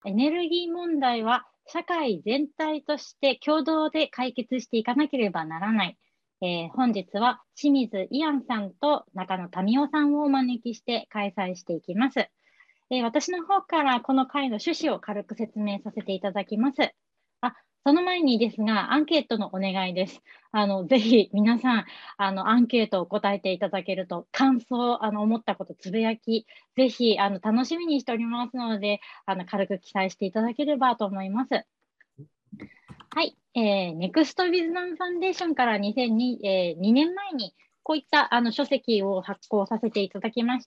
エネルギー問題は社会全体として共同で解決していかなければならない。本日は清水イアンさんと中野民夫さんをお招きして開催していきます。私の方からこの会の趣旨を軽く説明させていただきます。その前にですが、アンケートのお願いです。ぜひ皆さん、アンケートを答えていただけると、感想、思ったこと、つぶやき、ぜひ、楽しみにしておりますので、軽く記載していただければと思います。はい、ネクストウィズダムファンデーションから2002、2年前にこういった書籍を発行させていただきました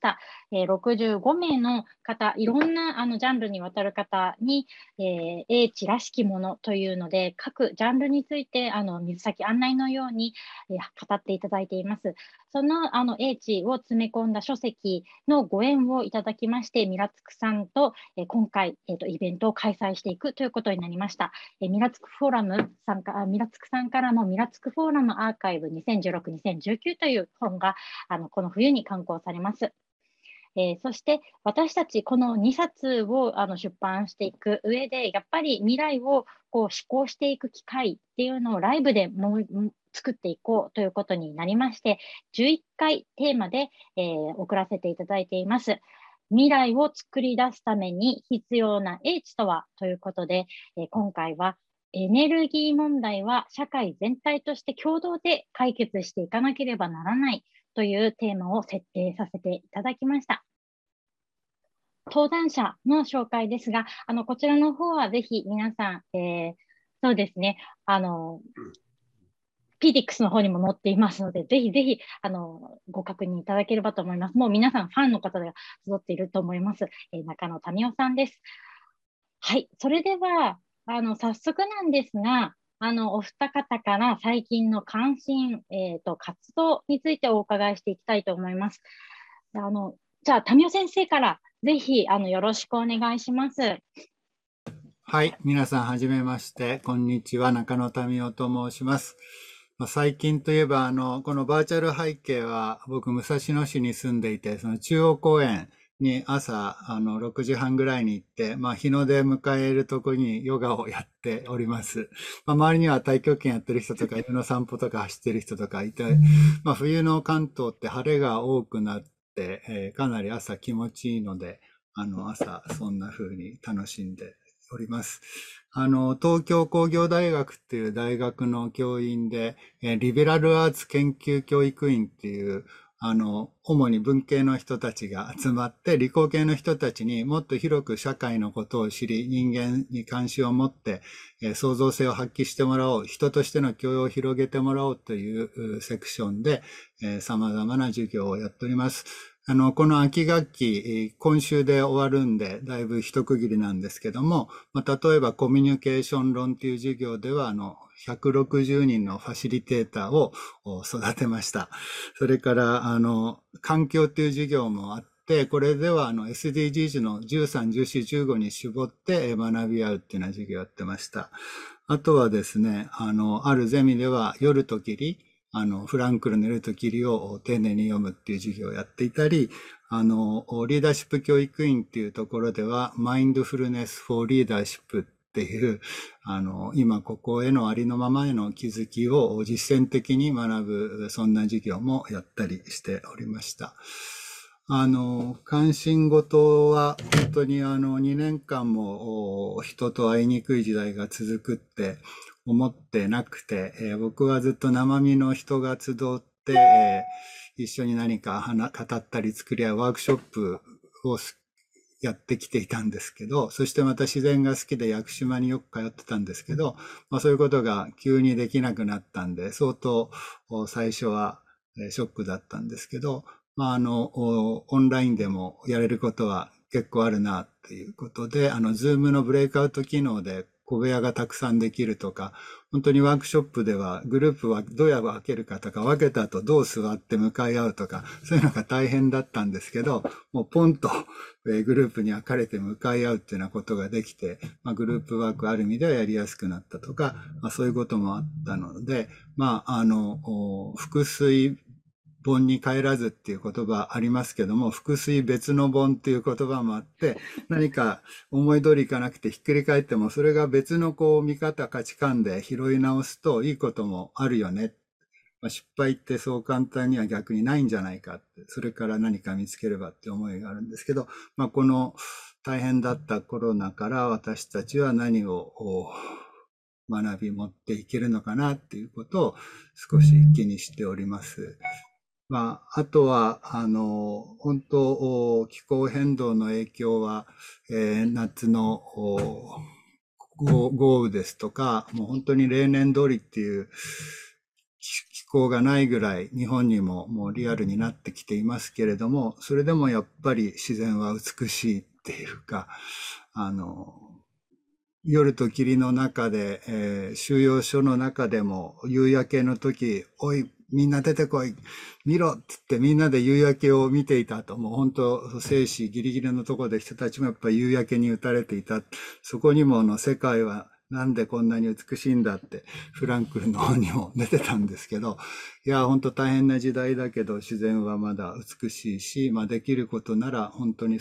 。65名の方、いろんなジャンルにわたる方に、英知らしきものというので、各ジャンルについて水先案内のように、語っていただいています。その英知を詰め込んだ書籍のご縁をいただきまして、ミラつくさんと、今回、イベントを開催していくということになりました。ミラつくフォーラムさんか、ミラつくさんからもミラつくフォーラムアーカイブ2016-2019という本がこの冬に刊行されます。そして私たちこの2冊を出版していく上で、やっぱり未来をこう思考していく機会っていうのをライブでもう作っていこうということになりまして、11回テーマで、送らせていただいています。未来を作り出すために必要な英知とはということで、今回はエネルギー問題は社会全体として共同で解決していかなければならないというテーマを設定させていただきました。登壇者の紹介ですが、こちらの方はぜひ皆さん、そうですね、PDX の方にも載っていますので、ぜひぜひ、ご確認いただければと思います。もう皆さんファンの方が集っていると思います。中野民夫さんです。はい。それでは、早速なんですが、お二方から最近の関心、活動についてお伺いしていきたいと思います。じゃあ、民夫先生から、ぜひ、よろしくお願いします。 はい。皆さん、はじめまして。こんにちは。中野民夫と申します。最近といえば、このバーチャル背景は、僕、武蔵野市に住んでいて、その中央公園に朝、6時半ぐらいに行って、日の出迎えるところにヨガをやっております。周りには太極拳やってる人とか、犬の散歩とか走ってる人とかいて、冬の関東って晴れが多くなって、かなり朝気持ちいいので、朝、そんな風に楽しんでおります。東京工業大学っていう大学の教員で、リベラルアーツ研究教育院っていう、主に文系の人たちが集まって、理工系の人たちにもっと広く社会のことを知り、人間に関心を持って、創造性を発揮してもらおう、人としての教養を広げてもらおうというセクションで、様々な授業をやっております。この秋学期、今週で終わるんで、だいぶ一区切りなんですけども、例えばコミュニケーション論という授業では、160人のファシリテーターを育てました。それから、環境という授業もあって、これではSDGs の13、14、15に絞って学び合うっていうような授業をやってました。あとはですね、あるゼミでは夜と霧、フランクルの夜と霧を丁寧に読むっていう授業をやっていたり、リーダーシップ教育院っていうところでは、マインドフルネス・フォー・リーダーシップっていう、今ここへのありのままへの気づきを実践的に学ぶ、そんな授業もやったりしておりました。関心事は本当に2年間も人と会いにくい時代が続くって思ってなくて、僕はずっと生身の人が集って、一緒に何か語ったり作り合うワークショップをやってきていたんですけど、そしてまた自然が好きで屋久島によく通ってたんですけど、そういうことが急にできなくなったんで、相当最初はショックだったんですけど、オンラインでもやれることは結構あるなっていうことで、ズームのブレイクアウト機能で小部屋がたくさんできるとか、本当にワークショップではグループはどうや分けるかとか、分けた後どう座って向かい合うとか、そういうのが大変だったんですけど、もうポンとグループに分かれて向かい合うっていうようなことができて、グループワークある意味ではやりやすくなったとか、そういうこともあったので、腹水盆に帰らずっていう言葉ありますけども、覆水別の盆っていう言葉もあって、何か思い通りいかなくてひっくり返っても、それが別のこう見方、価値観で拾い直すといいこともあるよね。失敗ってそう簡単には逆にないんじゃないかって、それから何か見つければって思いがあるんですけど、この大変だったコロナから私たちは何を学び持っていけるのかなっていうことを少し気にしております。あとは、本当、気候変動の影響は、夏の豪雨ですとか、もう本当に例年通りっていう気候がないぐらい日本にももうリアルになってきていますけれども、それでもやっぱり自然は美しいっていうか、夜と霧の中で、収容所の中でも夕焼けの時、おい、みんな出てこい、見ろって言ってみんなで夕焼けを見ていたと、もう本当、生死ギリギリのところで人たちもやっぱり夕焼けに打たれていた。そこにも世界はなんでこんなに美しいんだってフランクルの方にも出てたんですけど、いや、本当大変な時代だけど自然はまだ美しいし、できることなら本当に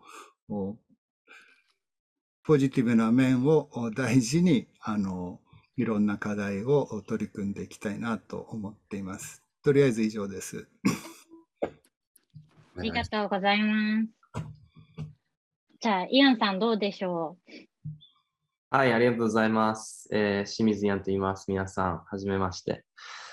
ポジティブな面を大事に、いろんな課題を取り組んでいきたいなと思っています。とりあえず以上です。 ありがとうございます。じゃあ、イアンさんどうでしょう？ はい、ありがとうございます。清水イアンと言います。皆さん、はじめまして。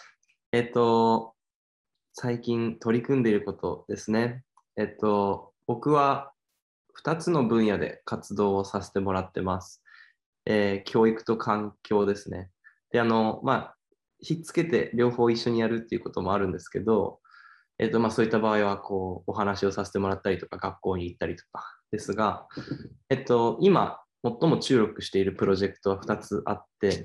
最近取り組んでいることですね。僕は2つの分野で活動をさせてもらってます。教育と環境ですね。で、ひっつけて両方一緒にやるっていうこともあるんですけど、そういった場合は、お話をさせてもらったりとか、学校に行ったりとかですが、今、最も注力しているプロジェクトは2つあって、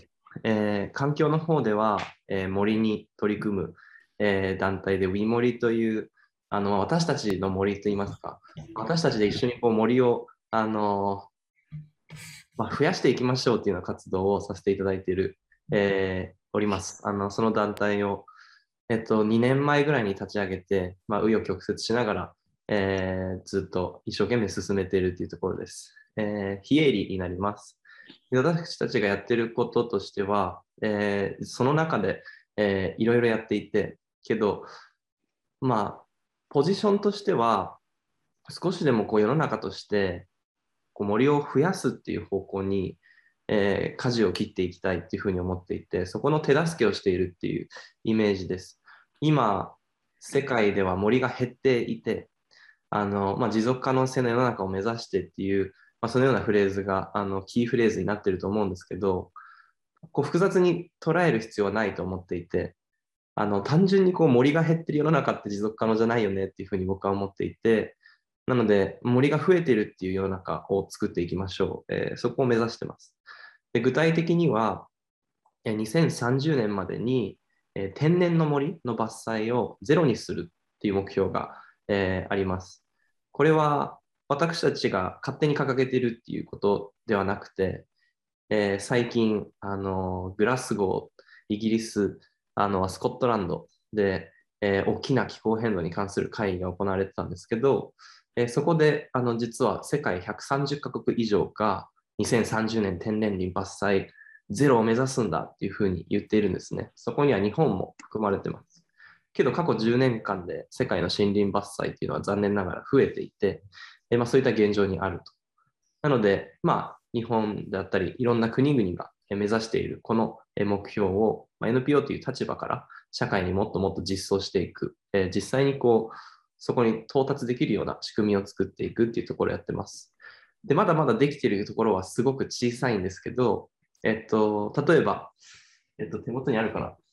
環境の方では、森に取り組む、団体で WeMori という私たちの森といいますか、私たちで一緒に森を増やしていきましょうというような活動をさせていただいております。その団体を、2年前ぐらいに立ち上げて、紆余曲折しながら、ずっと一生懸命進めているというところです。非営利になります。私たちがやっていることとしては、その中で、いろいろやっていて、けど、ポジションとしては、少しでも世の中として森を増やすっていう方向に、舵を切っていきたいっていうふうに思っていて、そこの手助けをしているっていうイメージです。今、世界では森が減っていて、持続可能性の世の中を目指してっていう、そのようなフレーズがキーフレーズになっていると思うんですけど、複雑に捉える必要はないと思っていて、単純に森が減ってる世の中って持続可能じゃないよねっていうふうに僕は思っていて、なので森が増えているっていう世の中を作っていきましょう。そこを目指してます。で、具体的には、2030年までに、天然の森の伐採をゼロにするっていう目標が、あります。これは私たちが勝手に掲げているっていうことではなくて、最近グラスゴー、イギリス、スコットランドで、大きな気候変動に関する会議が行われてたんですけど、そこで実は世界130カ国以上が2030年天然林伐採ゼロを目指すんだっていうふうに言っているんですね。そこには日本も含まれてます。けど過去10年間で世界の森林伐採っていうのは残念ながら増えていて、そういった現状にあると。なので、日本だったりいろんな国々が目指しているこの目標を NPO という立場から社会にもっともっと実装していく、実際にそこに到達できるような仕組みを作っていくっていうところをやってます。で、まだまだできているところはすごく小さいんですけど、例えば、手元にあるかな。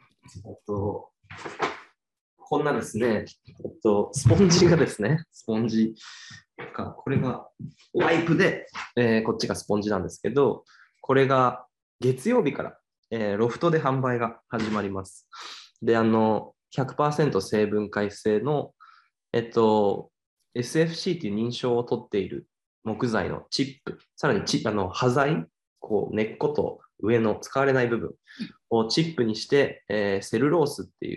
こんなですね、スポンジがですね、スポンジか、これがワイプで、こっちがスポンジなんですけど、これが月曜日から、ロフトで販売が始まります。で、100% 成分解性の、SFC という認証を取っている木材のチップ、さらに端材、根っこと上の使われない部分をチップにして、セルロースっていう、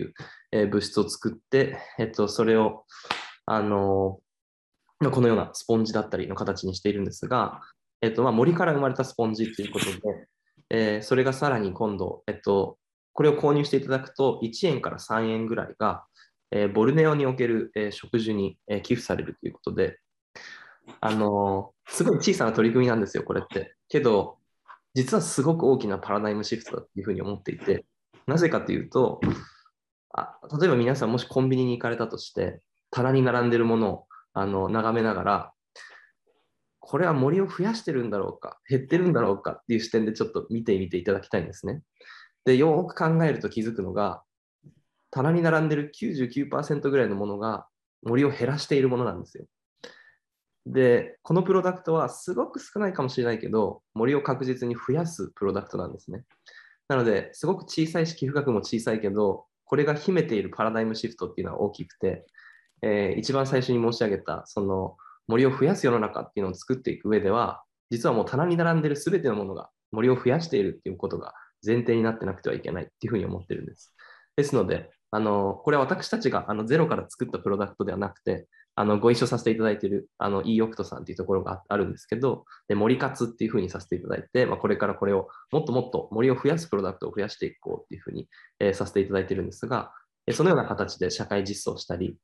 物質を作って、それを、このようなスポンジだったりの形にしているんですが、森から生まれたスポンジということで、それがさらに今度、これを購入していただくと、1円から3円ぐらいが、ボルネオにおける、植樹に、寄付されるということで、すごい小さな取り組みなんですよ、これって。けど、実はすごく大きなパラダイムシフトだというふうに思っていて、なぜかというと、例えば皆さんもしコンビニに行かれたとして、棚に並んでいるものを眺めながら、これは森を増やしてるんだろうか、減ってるんだろうかっていう視点でちょっと見てみていただきたいんですね。で、よく考えると気づくのが、棚に並んでいる 99% ぐらいのものが森を減らしているものなんですよ。で、このプロダクトはすごく少ないかもしれないけど、森を確実に増やすプロダクトなんですね。なので、すごく小さいし、寄付額も小さいけど、これが秘めているパラダイムシフトっていうのは大きくて、一番最初に申し上げた、その森を増やす世の中っていうのを作っていく上では、実はもう棚に並んでいる全てのものが森を増やしているっていうことが前提になってなくてはいけないっていうふうに思ってるんです。ですので、これは私たちがゼロから作ったプロダクトではなくて、ご一緒させていただいているイーオクトさんというところがあるんですけど、森活っていうふうにさせていただいて、これからこれをもっともっと森を増やすプロダクトを増やしていこうっていうふうに、させていただいているんですが、そのような形で社会実装したり、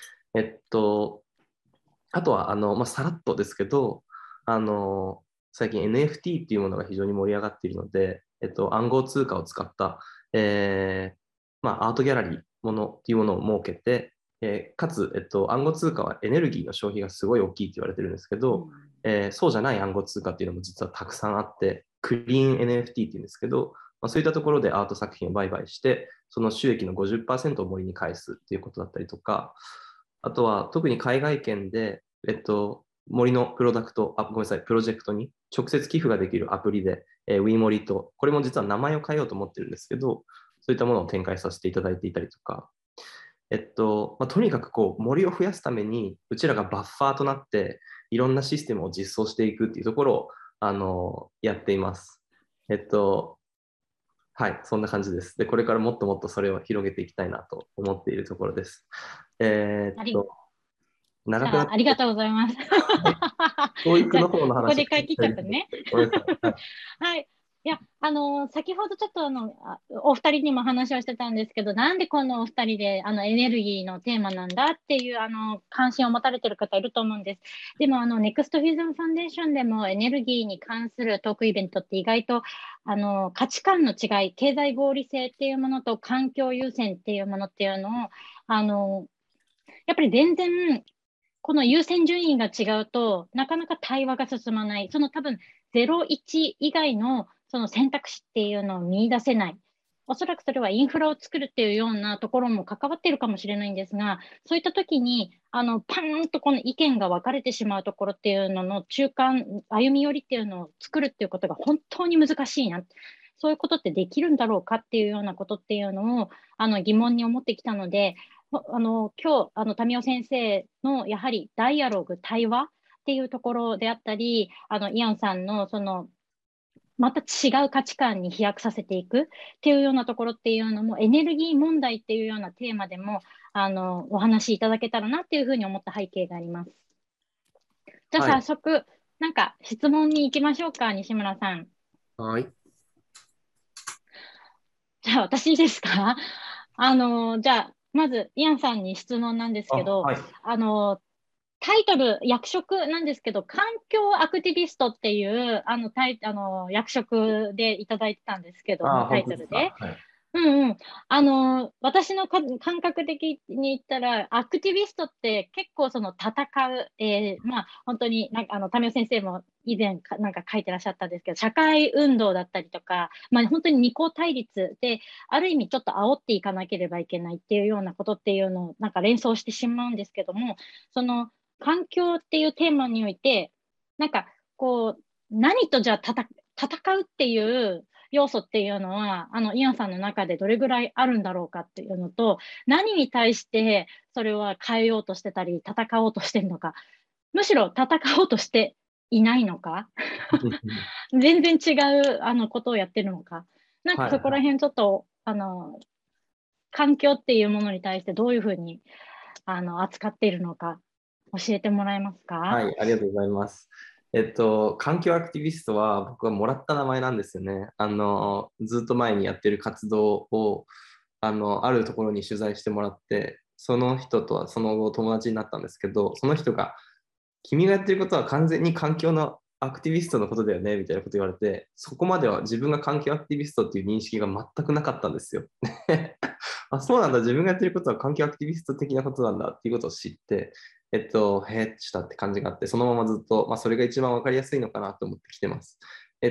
あとはさらっとですけど、最近 NFT っていうものが非常に盛り上がっているので、暗号通貨を使った、アートギャラリーものっていうものを設けて、かつ、暗号通貨はエネルギーの消費がすごい大きいと言われてるんですけど、そうじゃない暗号通貨っていうのも実はたくさんあって、クリーン NFT っていうんですけど、そういったところでアート作品を売買して、その収益の 50% を森に返すっていうことだったりとか、あとは特に海外圏で、森のプロダクト、ごめんなさい、プロジェクトに直接寄付ができるアプリで、WeMori と、これも実は名前を変えようと思ってるんですけど、そういったものを展開させていただいていたりとか、とにかく森を増やすために、うちらがバッファーとなって、いろんなシステムを実装していくっていうところを、やっています。はい、そんな感じです。で、これからもっともっとそれを広げていきたいなと思っているところです。長くなって。 ありがとうございます。 教育の方の話。 ここで書きちゃったね。はい。いや、先ほどちょっとお二人にも話をしてたんですけど、なんでこのお二人でエネルギーのテーマなんだっていう関心を持たれてる方いると思うんです。でもネクストフィズムファンデーションでもエネルギーに関するトークイベントって意外と価値観の違い、経済合理性っていうものと環境優先っていうものっていうのをやっぱり全然この優先順位が違うとなかなか対話が進まない。その多分0-1以外のその選択肢っていうのを見出せない。おそらくそれはインフラを作るっていうようなところも関わっているかもしれないんですが、そういった時にパーンとこの意見が分かれてしまうところっていうのの中間、歩み寄りっていうのを作るっていうことが本当に難しいな。そういうことってできるんだろうかっていうようなことっていうのを疑問に思ってきたので、今日民生先生のやはりダイアログ、対話っていうところであったり、イアンさんのそのまた違う価値観に飛躍させていくっていうようなところっていうのも、エネルギー問題っていうようなテーマでもお話しいただけたらなっていうふうに思った背景があります。じゃあ早速、はい、なんか質問に行きましょうか、西村さん。 はい。 じゃあ私いいですか？じゃあまずイアンさんに質問なんですけど、はい、タイトル、役職なんですけど、環境アクティビストっていう役職でいただいてたんですけども、タイトルで。はい、私の感覚的に言ったら、アクティビストって結構その戦う、本当に民生先生も以前なんか書いてらっしゃったんですけど、社会運動だったりとか、本当に二項対立で、ある意味ちょっと煽っていかなければいけないっていうようなことっていうのをなんか連想してしまうんですけども、その環境っていうテーマにおいて、なんかこう、何とじゃあ戦うっていう要素っていうのは、イアンさんの中でどれぐらいあるんだろうかっていうのと、何に対してそれは変えようとしてたり、戦おうとしてるのか、むしろ戦おうとしていないのか、全然違うことをやってるのか、なんかそこら辺ちょっと、 環境っていうものに対してどういうふうに扱っているのか教えてもらえますか？ はい、ありがとうございます。環境アクティビストは僕がもらった名前なんですよね。ずっと前にやってる活動を、あるところに取材してもらって、その人とはその後友達になったんですけど、その人が、君がやってることは完全に環境のアクティビストのことだよね、みたいなこと言われて、そこまでは自分が環境アクティビストっていう認識が全くなかったんですよ。あ、そうなんだ、自分がやってることは環境アクティビスト的なことなんだっていうことを知って、へえってしたって感じがあって、そのままずっと、それが一番わかりやすいのかなと思ってきてます。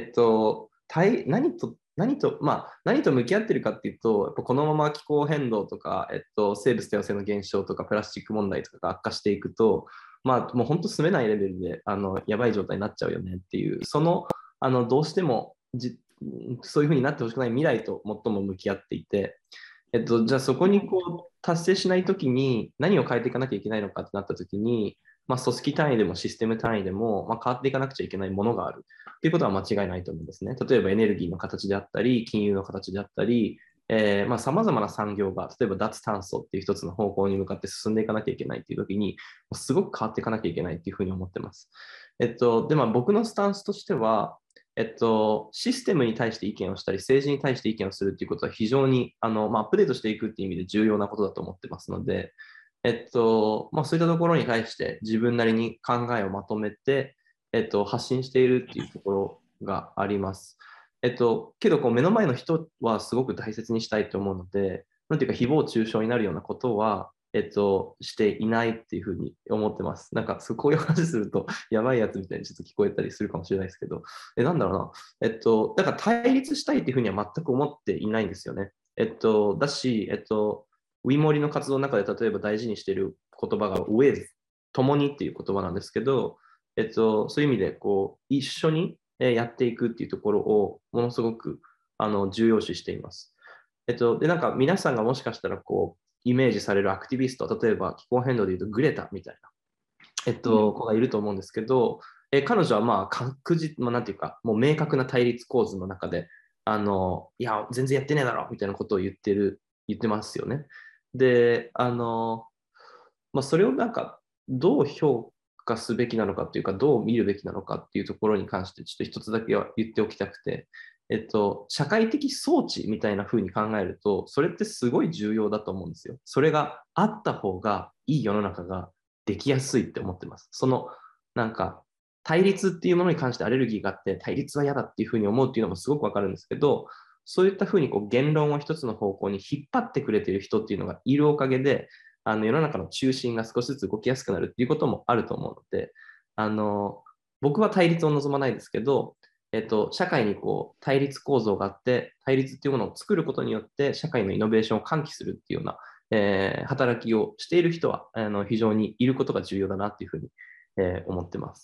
何と向き合ってるかっていうと、やっぱこのまま気候変動とか、生物多様性の減少とか、プラスチック問題とかが悪化していくと、もう本当住めないレベルで、やばい状態になっちゃうよねっていう、どうしてもそういうふうになってほしくない未来と最も向き合っていて、じゃあそこに達成しないときに何を変えていかなきゃいけないのかってなったときに、組織単位でもシステム単位でも、変わっていかなくちゃいけないものがあるっていうことは間違いないと思うんですね。例えばエネルギーの形であったり、金融の形であったり、さまざまな産業が、例えば脱炭素っていう一つの方向に向かって進んでいかなきゃいけないっていうときに、すごく変わっていかなきゃいけないっていうふうに思ってます。で、僕のスタンスとしては、システムに対して意見をしたり、政治に対して意見をするっていうことは非常にアップデートしていくっていう意味で重要なことだと思ってますので、そういったところに対して自分なりに考えをまとめて、発信しているっていうところがあります。けど目の前の人はすごく大切にしたいと思うので、なんていうか誹謗中傷になるようなことは、していないっていうふうに思ってます。なんか、こういう話すると、やばいやつみたいにちょっと聞こえたりするかもしれないですけど、なんだろうな。だから対立したいっていうふうには全く思っていないんですよね。だし、ウィモリの活動の中で例えば大事にしている言葉が with、共にっていう言葉なんですけど、そういう意味で一緒にやっていくっていうところをものすごく重要視しています。で、なんか皆さんがもしかしたらイメージされるアクティビスト、例えば気候変動でいうとグレタみたいな、子がいると思うんですけど、彼女は確実、なんていうか、もう明確な対立構図の中で、いや、全然やってねえだろみたいなことを言ってますよね。で、それをなんか、どう評価すべきなのかっていうか、どう見るべきなのかっていうところに関して、ちょっと一つだけは言っておきたくて、社会的装置みたいな風に考えると、それってすごい重要だと思うんですよ。それがあった方がいい世の中ができやすいって思ってます。なんか、対立っていうものに関してアレルギーがあって、対立は嫌だっていう風に思うっていうのもすごくわかるんですけど、そういった風に言論を一つの方向に引っ張ってくれている人っていうのがいるおかげで、世の中の中心が少しずつ動きやすくなるっていうこともあると思うので、僕は対立を望まないですけど、社会に対立構造があって、対立っていうものを作ることによって社会のイノベーションを喚起するっていうような、働きをしている人は非常にいることが重要だなっていうふうに、思ってます。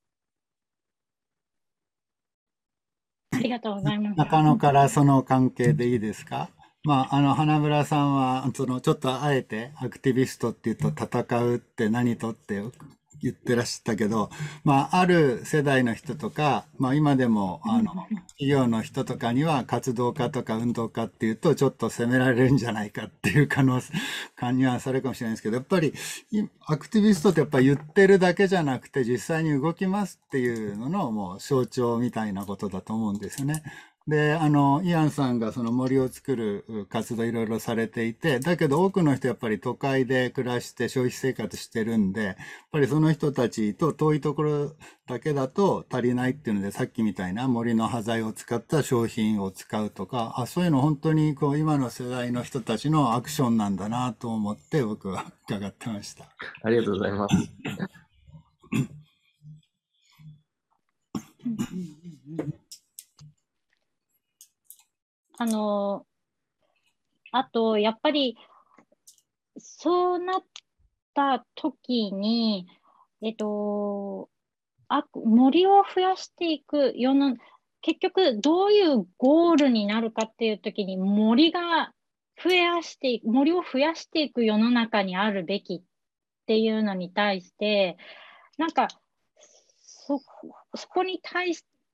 ありがとうございます。 中野からその関係でいいですか？花村さんは、ちょっとあえてアクティビストっていうと戦うって何とって言ってらっしゃったけど、ある世代の人とか、今でも、企業の人とかには活動家とか運動家っていうとちょっと責められるんじゃないかっていう感にはされるかもしれないですけど、やっぱりアクティビストってやっぱ言ってるだけじゃなくて実際に動きますっていうののもう象徴みたいなことだと思うんですよね。で、イアンさんがその森を作る活動いろいろされていて、だけど多くの人やっぱり都会で暮らして消費生活してるんで、やっぱりその人たちと遠いところだけだと足りないっていうので、さっきみたいな森の端材を使った商品を使うとか、そういうの本当に今の世代の人たちのアクションなんだなと思って僕は伺ってました。 ありがとうございます。 あと、やっぱり、そうなった時に、森を増やしていく結局どういうゴールになるかっていう時に森を増やしていく世の中にあるべきっていうのに対して、なんか、そこに対し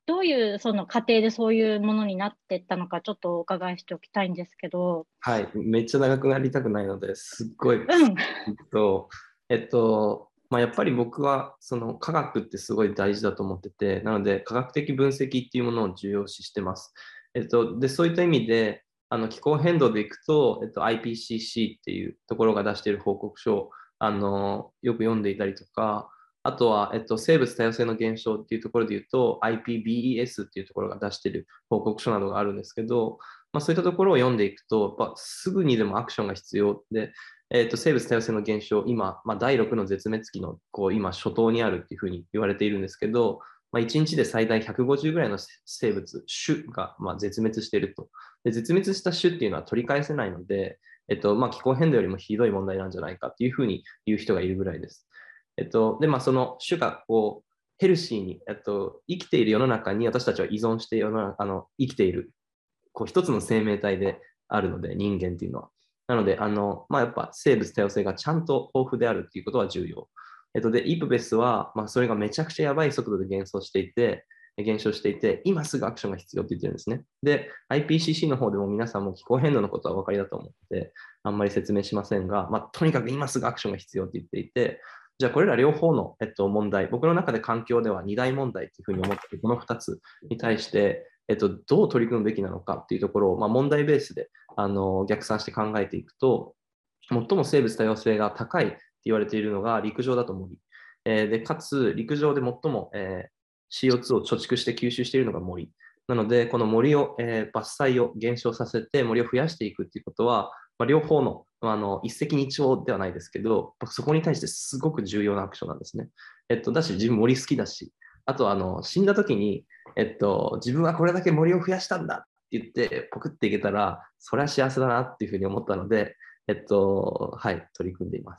どういうその過程でそういうものになっていったのか、ちょっとお伺いしておきたいんですけど。 はい、めっちゃ長くなりたくないのですっごい、 うん。 と、まあ、やっぱり僕はその科学ってすごい大事だと思ってて、なので科学的分析っていうものを重要視してます。で、そういった意味で、気候変動でいくと、IPCC っていうところが出している報告書をよく読んでいたりとか、あとは、生物多様性の減少っていうところで言うと、IPBES っていうところが出している報告書などがあるんですけど、まあ、そういったところを読んでいくと、やっぱすぐにでもアクションが必要で、生物多様性の減少、今、まあ、第6の絶滅期の今、初頭にあるっていうふうに言われているんですけど、まあ、1日で最大150ぐらいの生物、種がまあ絶滅していると。で、絶滅した種っていうのは取り返せないので、まあ、気候変動よりもひどい問題なんじゃないかっていうふうに言う人がいるぐらいです。で、まあ、その種がヘルシーに、生きている世の中に私たちは依存して生きている一つの生命体であるので、人間っていうのは。なので、まあ、やっぱ生物多様性がちゃんと豊富であるっていうことは重要。で、イプベスは、まあ、それがめちゃくちゃやばい速度で減少していて、今すぐアクションが必要って言ってるんですね。で、IPCC の方でも皆さんも気候変動のことはお分かりだと思って、あんまり説明しませんが、まあ、とにかく今すぐアクションが必要って言っていて、じゃあこれら両方の、問題、僕の中で環境では2大問題というふうに思っているこの2つに対して、どう取り組むべきなのかっていうところを、まあ、問題ベースで逆算して考えていくと、最も生物多様性が高いって言われているのが陸上だと森。でかつ、陸上で最も、CO2 を貯蓄して吸収しているのが森。なので、この森を、伐採を減少させて森を増やしていくっていうことは、まあ、両方の、一石二鳥ではないですけど、そこに対してすごく重要なアクションなんですね。だし、自分森好きだし、あと死んだ時に、自分はこれだけ森を増やしたんだって言って、ポクっていけたら、それは幸せだなっていうふうに思ったので、はい、取り組んでいます。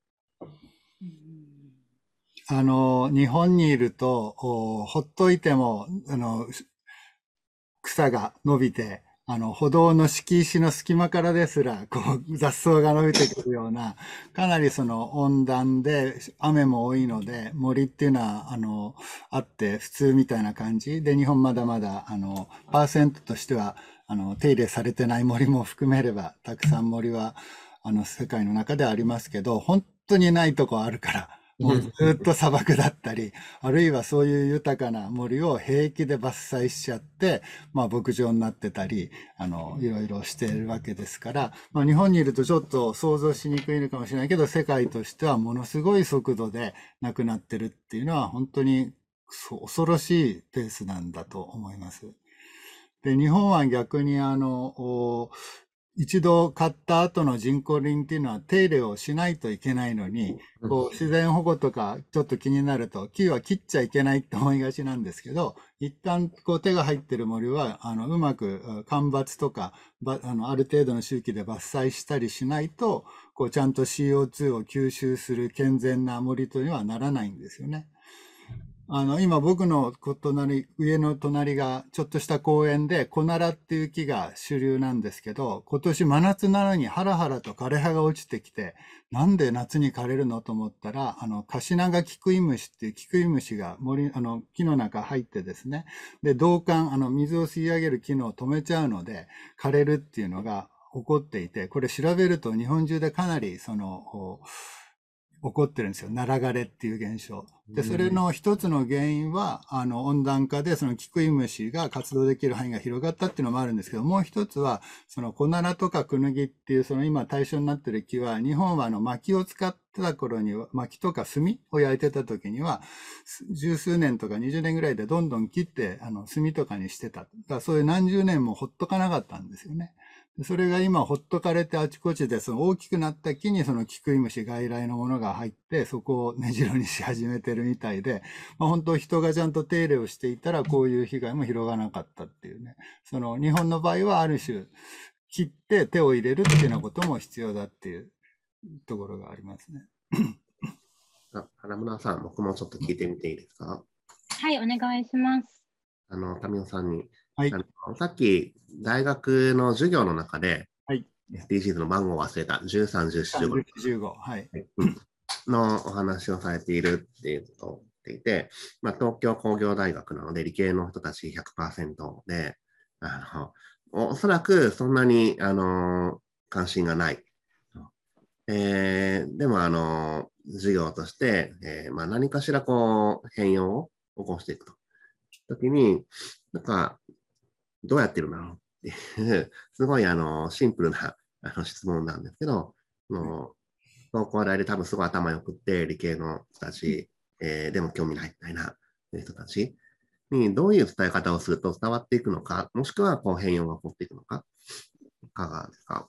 日本にいると、ほっといても、草が伸びて、歩道の敷石の隙間からですら、雑草が伸びてくるような、かなりその温暖で、雨も多いので、森っていうのは、あって普通みたいな感じで、日本まだまだ、パーセントとしては、手入れされてない森も含めれば、たくさん森は、世界の中ではありますけど、本当にないとこあるから、もうずっと砂漠だったり、あるいはそういう豊かな森を平気で伐採しちゃって、まあ牧場になってたり、いろいろしているわけですから、まあ日本にいるとちょっと想像しにくいのかもしれないけど、世界としてはものすごい速度でなくなってるっていうのは本当に恐ろしいペースなんだと思います。で、日本は逆に一度買った後の人工林っていうのは手入れをしないといけないのに、自然保護とかちょっと気になると木は切っちゃいけないって思いがちなんですけど、一旦手が入ってる森はうまく間伐とかある程度の周期で伐採したりしないとちゃんと CO2 を吸収する健全な森とにはならないんですよね。今僕の上の隣がちょっとした公園でコナラっていう木が主流なんですけど、今年真夏なのにハラハラと枯れ葉が落ちてきて、なんで夏に枯れるのと思ったら、カシナガキクイムシっていうキクイムシが木の中入ってですね、で、導管、水を吸い上げる機能を止めちゃうので、枯れるっていうのが起こっていて、これ調べると日本中でかなり起こってるんですよ。ナラ枯れっていう現象。で、それの一つの原因は、温暖化で、そのキクイムシが活動できる範囲が広がったっていうのもあるんですけど、もう一つは、そのコナラとかクヌギっていう、その今対象になってる木は、日本は薪を使ってた頃には、薪とか炭を焼いてた時には、十数年とか20年ぐらいでどんどん切って、炭とかにしてた。だからそういう何十年もほっとかなかったんですよね。それが今ほっとかれてあちこちでその大きくなった木にそのキクイムシ外来のものが入ってそこを根城にし始めてるみたいで、まあ、本当人がちゃんと手入れをしていたらこういう被害も広がらなかったっていうね。その日本の場合はある種切って手を入れるっていうようなことも必要だっていうところがありますね。 花村さん、僕もちょっと聞いてみていいですか？ はい、お願いします。 民生さんに、 はい、 さっき大学の授業の中で、 はい、 SDGs の番号を忘れた13、14、15、 15、はい、 のお話をされているっていうと、 っていて、東京工業大学なので理系の人たち100% で、おそらくそんなに、関心がない。でも、授業として、何かしら変容を起こしていくと。時に、どうやってるんだろうっていう、すごいシンプルな質問なんですけど、東工大で多分すごい頭良くって理系の人たち、でも興味ないみたいな人たちにどういう伝え方をすると伝わっていくのか、もしくは変容が起こっていくのか、いかがですか？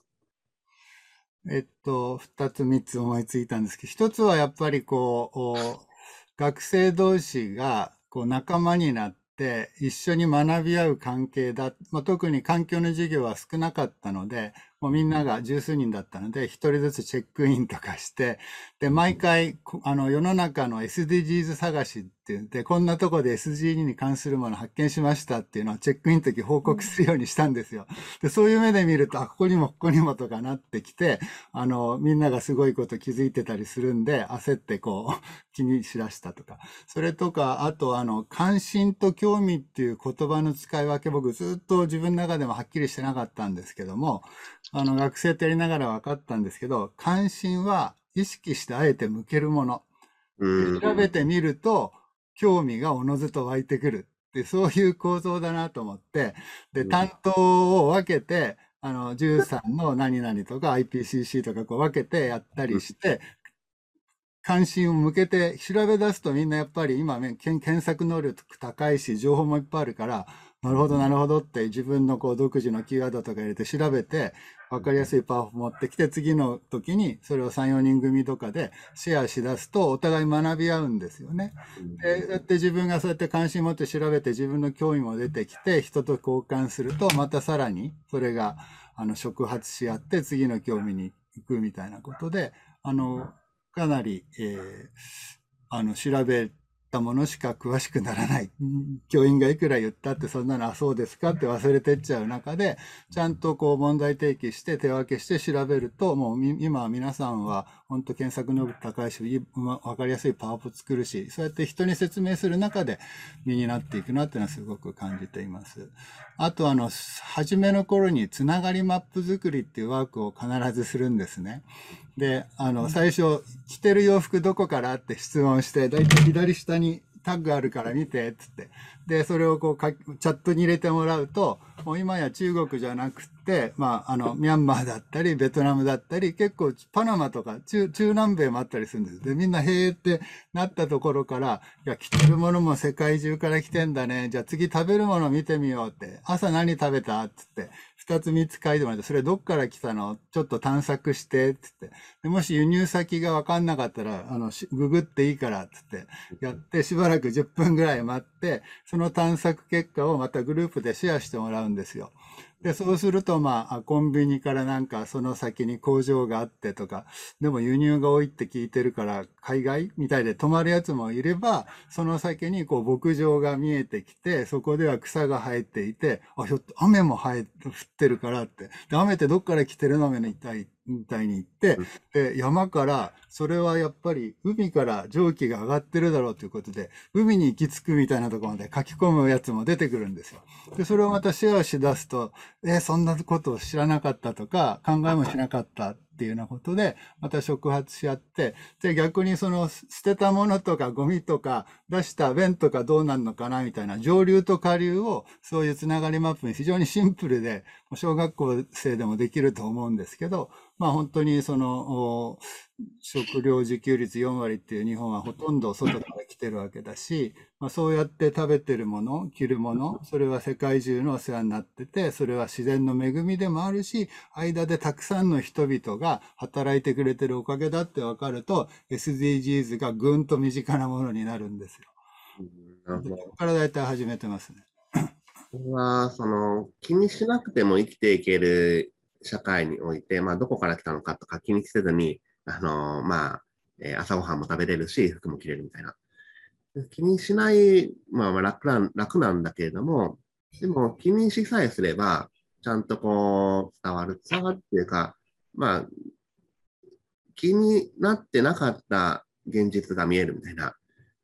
2つ3つ思いついたんですけど、1つはやっぱり学生同士が仲間になって一緒に学び合う関係だ。特に環境の授業は少なかったので、もうみんなが十数人だったので、一人ずつチェックインとかして、で、毎回、世の中の SDGs 探しって言って、こんなとこで SDGs に関するもの発見しましたっていうのをチェックインの時報告するようにしたんですよ。で、そういう目で見ると、ここにもここにもとかなってきて、みんながすごいこと気づいてたりするんで、焦って気にしだしたとか。それとか、あと、関心と興味っていう言葉の使い分け、僕ずっと自分の中でもはっきりしてなかったんですけども、学生とやりながら分かったんですけど、関心は意識してあえて向けるもの。調べてみると、興味がおのずと湧いてくるって、そういう構造だなと思って、で、担当を分けて、13の何々とか IPCC とか分けてやったりして、関心を向けて調べ出すとみんなやっぱり今検索能力高いし、情報もいっぱいあるから、なるほど、なるほどって自分の独自のキーワードとか入れて調べて、わかりやすいパワーを持ってきて、次の時にそれを3、4人組とかでシェアしだすと、お互い学び合うんですよね。で、だって自分がそうやって関心持って調べて自分の興味も出てきて、人と交換すると、またさらにそれが触発し合って次の興味に行くみたいなことで、かなり、調べたものしか詳しくならない。教員がいくら言ったってそんなの、そうですかって忘れてっちゃう中で、ちゃんと問題提起して手分けして調べると、もう今皆さんは本当検索能力高いし、わかりやすいパワーアップ作るし、そうやって人に説明する中で身になっていくなっていうのはすごく感じています。あと初めの頃につながりマップ作りっていうワークを必ずするんですね。で、最初、着てる洋服どこからって質問して、だいたい左下にタッグあるから見て、つって。で、それをチャットに入れてもらうと、もう今や中国じゃなくて、ミャンマーだったり、ベトナムだったり、結構パナマとか中南米もあったりするんです。で、みんなへーってなったところから、いや、着てるものも世界中から来てんだね。じゃあ次食べるもの見てみようって。朝何食べたつって。2つ3つ書いてもらって、それどっから来たのちょっと探索して、つって。でもし輸入先がわかんなかったら、ググっていいから、つってやって、しばらく10分ぐらい待って、その探索結果をまたグループでシェアしてもらうんですよ。で、そうすると、コンビニからなんかその先に工場があってとか、でも輸入が多いって聞いてるから、海外みたいで泊まるやつもいれば、その先に牧場が見えてきて、そこでは草が生えていて、雨も降ってるからって。で、雨ってどっから来てるのみたいに言って、で、山から、それはやっぱり海から蒸気が上がってるだろうということで、海に行き着くみたいなところまで書き込むやつも出てくるんですよ。で、それをまたシェアしだすと、そんなことを知らなかったとか、考えもしなかったっていうようなことで、また触発し合って、で、逆にその捨てたものとかゴミとか出した便とかどうなるのかなみたいな上流と下流をそういうつながりマップに非常にシンプルで、小学校生でもできると思うんですけど、本当に食料自給率4割っていう日本はほとんど外から来てるわけだし、そうやって食べてるもの、着るもの、それは世界中のお世話になってて、それは自然の恵みでもあるし、間でたくさんの人々が働いてくれてるおかげだって分かると、SDGs がぐんと身近なものになるんですよ。ここから大体始めてますね。 これは、気にしなくても生きていける社会において、どこから来たのかとか気にせずに、朝ごはんも食べれるし、服も着れるみたいな。気にしない、楽なんだけれども、でも気にしさえすれば、ちゃんと伝わるっていうか、気になってなかった現実が見えるみたいな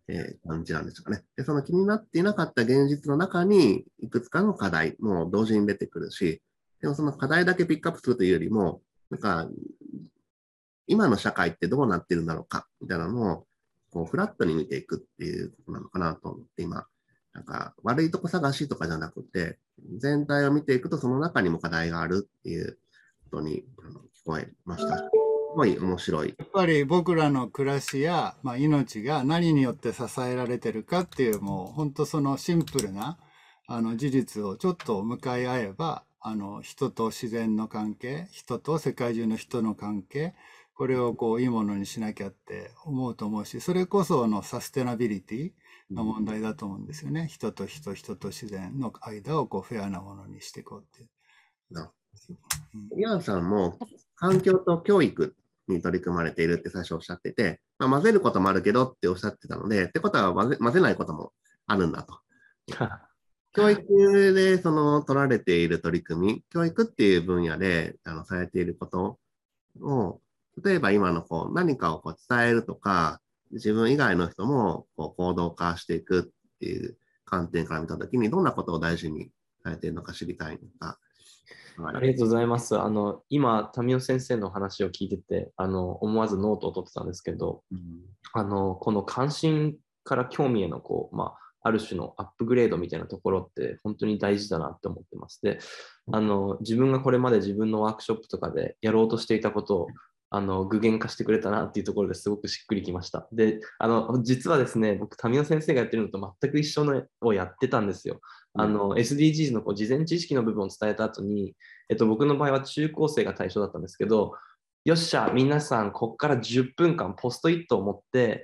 感じなんですかね。で、その気になっていなかった現実の中に、いくつかの課題も同時に出てくるし、でもその課題だけピックアップするというよりも、なんか、今の社会ってどうなってるんだろうか、みたいなのを、こう、フラットに見ていくっていうことなのかなと思って今、なんか、悪いとこ探しとかじゃなくて、全体を見ていくと、その中にも課題があるっていうことに聞こえました。すごい面白い。 やっぱり僕らの暮らしや、命が何によって支えられてるかっていう、もう本当そのシンプルな事実をちょっと向かい合えば、人と自然の関係、人と世界中の人の関係、これをこういいものにしなきゃって思うと思うし、それこそサステナビリティの問題だと思うんですよね。人と人、人と自然の間をこうフェアなものにしていこうっていう。 イアンさんも環境と教育に取り組まれているって最初おっしゃってて、混ぜることもあるけどっておっしゃってたので、ってことは混ぜないこともあるんだと。教育で取られている取り組み、教育っていう分野でされていることを、例えば今の何かを伝えるとか、自分以外の人も行動化していくっていう観点から見たときに、どんなことを大事にされているのか知りたいのか。 ありがとうございます。今、民生先生の話を聞いてて、思わずノートを取ってたんですけど、この関心から興味へのある種のアップグレードみたいなところって本当に大事だなって思ってます。で、自分がこれまで自分のワークショップとかでやろうとしていたことを具現化してくれたなっていうところですごくしっくりきました。で、実はですね、僕、民生先生がやってるのと全く一緒のをやってたんですよ。SDGs の事前知識の部分を伝えた後に、僕の場合は中高生が対象だったんですけど、よっしゃ、皆さん、ここから10分間ポストイットを持って、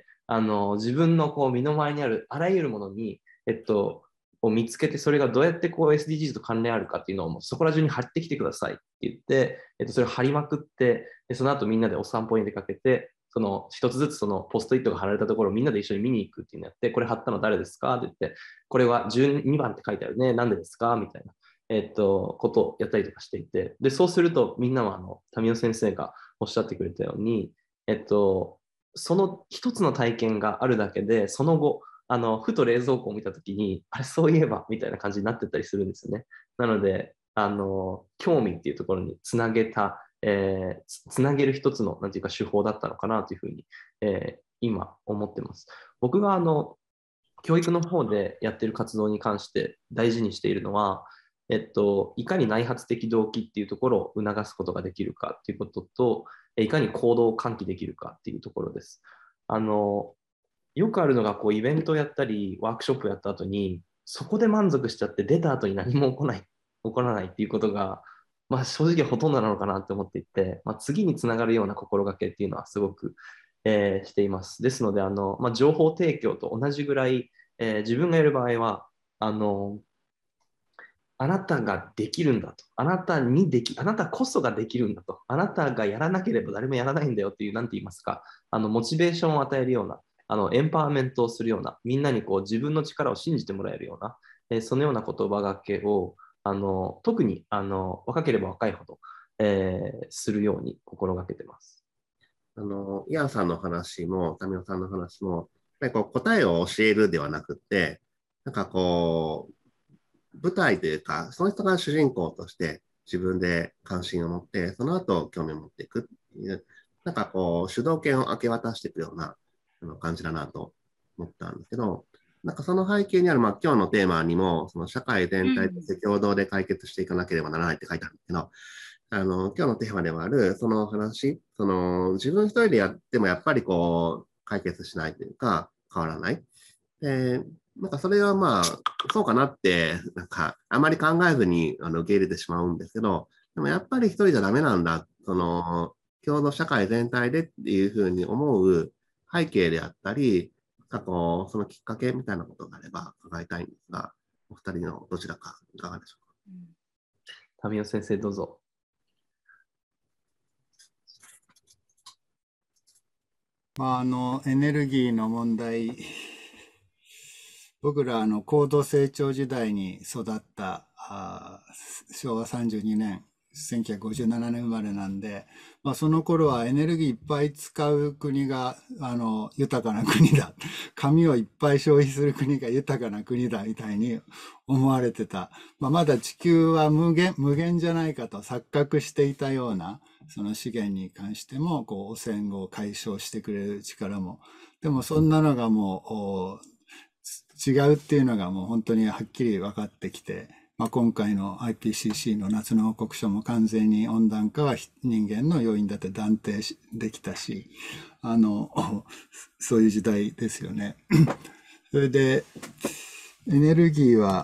自分の身の回りにあるあらゆるものに、を見つけて、それがどうやってSDGs と関連あるかっていうのをもうそこら中に貼ってきてくださいって言って、それを貼りまくって、でその後みんなでお散歩に出かけて、その一つずつそのポストイットが貼られたところをみんなで一緒に見に行くっていうのをやって、これ貼ったの誰ですかって言って、これは12番って書いてあるね、なんでですかみたいな。ことをやったりとかしていて、で、そうするとみんなは民生先生がおっしゃってくれたように、その一つの体験があるだけで、その後、ふと冷蔵庫を見たときに、あれ、そういえば、みたいな感じになってたりするんですよね。なので、興味っていうところにつなげた、つなげる一つの、なんていうか手法だったのかなというふうに、今思ってます。僕が教育の方でやってる活動に関して大事にしているのは、いかに内発的動機っていうところを促すことができるかっていうことと、いかに行動を喚起できるかっていうところです。よくあるのがイベントをやったり、ワークショップをやった後に、そこで満足しちゃって出た後に何も起こらないっていうことが、正直ほとんどなのかなって思っていて、次につながるような心がけっていうのはすごく、しています。ですので、情報提供と同じぐらい、自分がやる場合は、あなたができるんだと。あなたこそができるんだと。あなたがやらなければ誰もやらないんだよっていう、なんて言いますか、モチベーションを与えるような、エンパワーメントをするような、みんなに自分の力を信じてもらえるような、そのような言葉がけを、特に若ければ若いほど、するように心がけてます。 イアンさんの話も、民生さんの話も、答えを教えるではなくて、舞台というか、その人が主人公として自分で関心を持って、その後興味を持っていくっていう、主導権を明け渡していくような感じだなと思ったんですけど、その背景にある、今日のテーマにも、その社会全体として共同で解決していかなければならないって書いてあるんですけど、今日のテーマでもある、その話、自分一人でやってもやっぱり解決しないというか、変わらない。それはそうかなって、あまり考えずに受け入れてしまうんですけど、でもやっぱり一人じゃダメなんだ、共同社会全体でっていうふうに思う背景であったり、そのきっかけみたいなことがあれば伺いたいんですが、お二人のどちらかいかがでしょうか。 民生先生、どうぞ。 エネルギーの問題、僕ら高度成長時代に育った昭和32年 1957年生まれなんで、まあ、その頃はエネルギーいっぱい使う国が、豊かな国だ。紙をいっぱい消費する国が豊かな国だみたいに思われてた。まあ、まだ地球は無限じゃないかと錯覚していたような、その資源に関しても、こう、汚染を解消してくれる力も。でもそんなのがもう、違うっていうのがもう本当にはっきり分かってきて、まあ、今回の IPCC の夏の報告書も完全に温暖化は人間の要因だって断定できたし、そういう時代ですよね。それで、エネルギーは、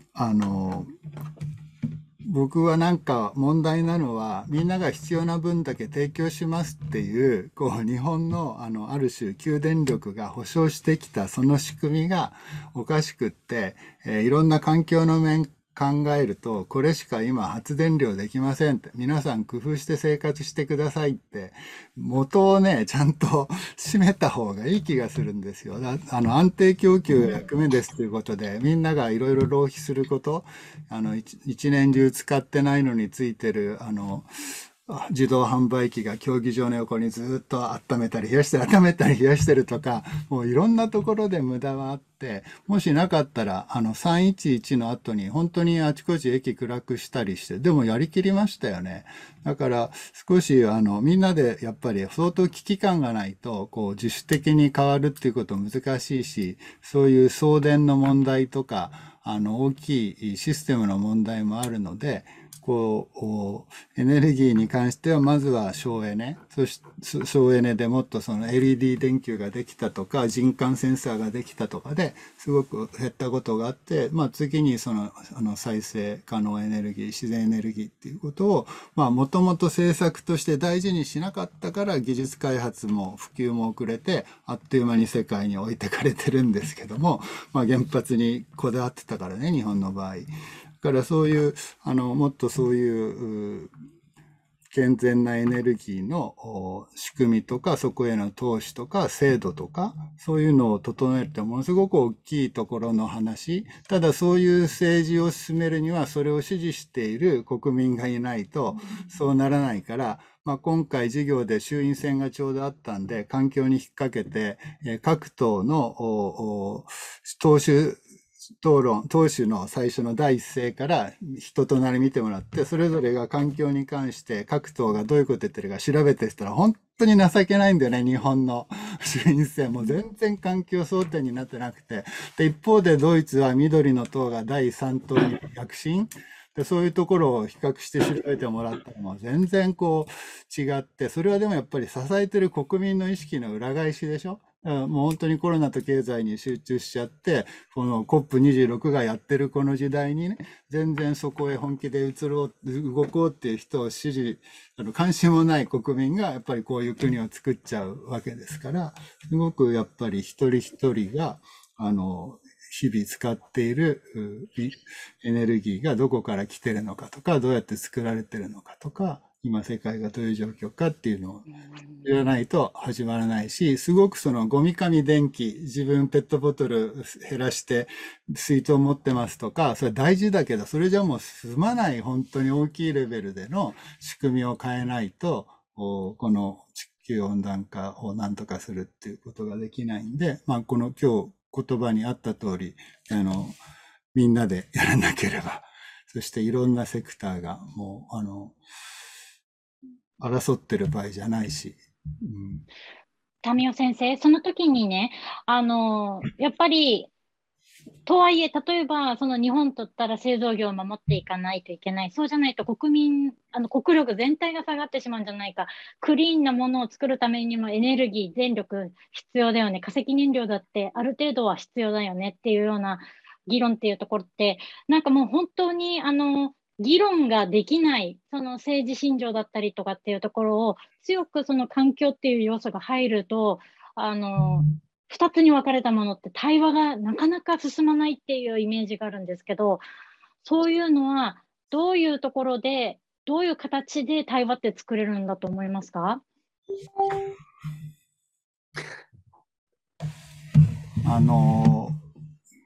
僕はなんか問題なのは、みんなが必要な分だけ提供しますっていう、こう、日本の、ある種、給電力が保障してきたその仕組みがおかしくって、いろんな環境の面考えると、これしか今発電量できませんって、皆さん工夫して生活してくださいって、元をね、ちゃんと締めた方がいい気がするんですよ。安定供給が役目ですということで、みんながいろいろ浪費すること、一年中使ってないのについてる、自動販売機が競技場の横にずっと温めたり冷やして温めたり冷やしてるとか、もういろんなところで無駄はあって、もしなかったら、311の後に本当にあちこち駅暗くしたりして、でもやりきりましたよね。だから少しみんなでやっぱり相当危機感がないと、こう自主的に変わるっていうこと難しいし、そういう送電の問題とか、大きいシステムの問題もあるので、こう、エネルギーに関しては、まずは省エネ。省エネでもっとその LED 電球ができたとか、人感センサーができたとかで、すごく減ったことがあって、まあ次に再生可能エネルギー、自然エネルギーっていうことを、まあもともと政策として大事にしなかったから技術開発も普及も遅れて、あっという間に世界に置いてかれてるんですけども、まあ原発にこだわってたからね、日本の場合。だからそういう、もっとそういう、健全なエネルギーの仕組みとか、そこへの投資とか、制度とか、そういうのを整えるってものすごく大きいところの話。ただそういう政治を進めるには、それを支持している国民がいないと、そうならないから、まあ、今回授業で衆院選がちょうどあったんで、環境に引っ掛けて、各党の党首の最初の第一声から人となり見てもらって、それぞれが環境に関して各党がどういうこと言ってるか調べてしたら、本当に情けないんだよね、日本の衆院選。もう全然環境争点になってなくて。で、一方でドイツは緑の党が第3党に躍進。で、そういうところを比較して調べてもらったらもう全然こう違って、それはでもやっぱり支えてる国民の意識の裏返しでしょ。もう本当にコロナと経済に集中しちゃって、この COP26 がやってるこの時代にね、全然そこへ本気で動こうっていう人を関心もない国民がやっぱりこういう国を作っちゃうわけですから、すごくやっぱり一人一人が、日々使っているエネルギーがどこから来てるのかとか、どうやって作られてるのかとか、今世界がどういう状況かっていうのを知らないと始まらないし、すごくそのゴミ紙電気、自分ペットボトル減らして水筒持ってますとか、それ大事だけど、それじゃもう済まない本当に大きいレベルでの仕組みを変えないと、この地球温暖化を何とかするっていうことができないんで、まあこの今日言葉にあった通り、みんなでやらなければ、そしていろんなセクターがもう、争ってる場合じゃないし。 タミオ先生、その時にね、やっぱり、とはいえ、例えば、その日本とったら製造業を守っていかないといけない。そうじゃないと国力全体が下がってしまうんじゃないか。クリーンなものを作るためにもエネルギー、電力必要だよね。化石燃料だってある程度は必要だよねっていうような議論っていうところって、なんかもう本当に、議論ができない、その政治信条だったりとかっていうところを強くその環境っていう要素が入ると、二つに分かれたものって対話がなかなか進まないっていうイメージがあるんですけど、そういうのはどういうところで、どういう形で対話って作れるんだと思いますか？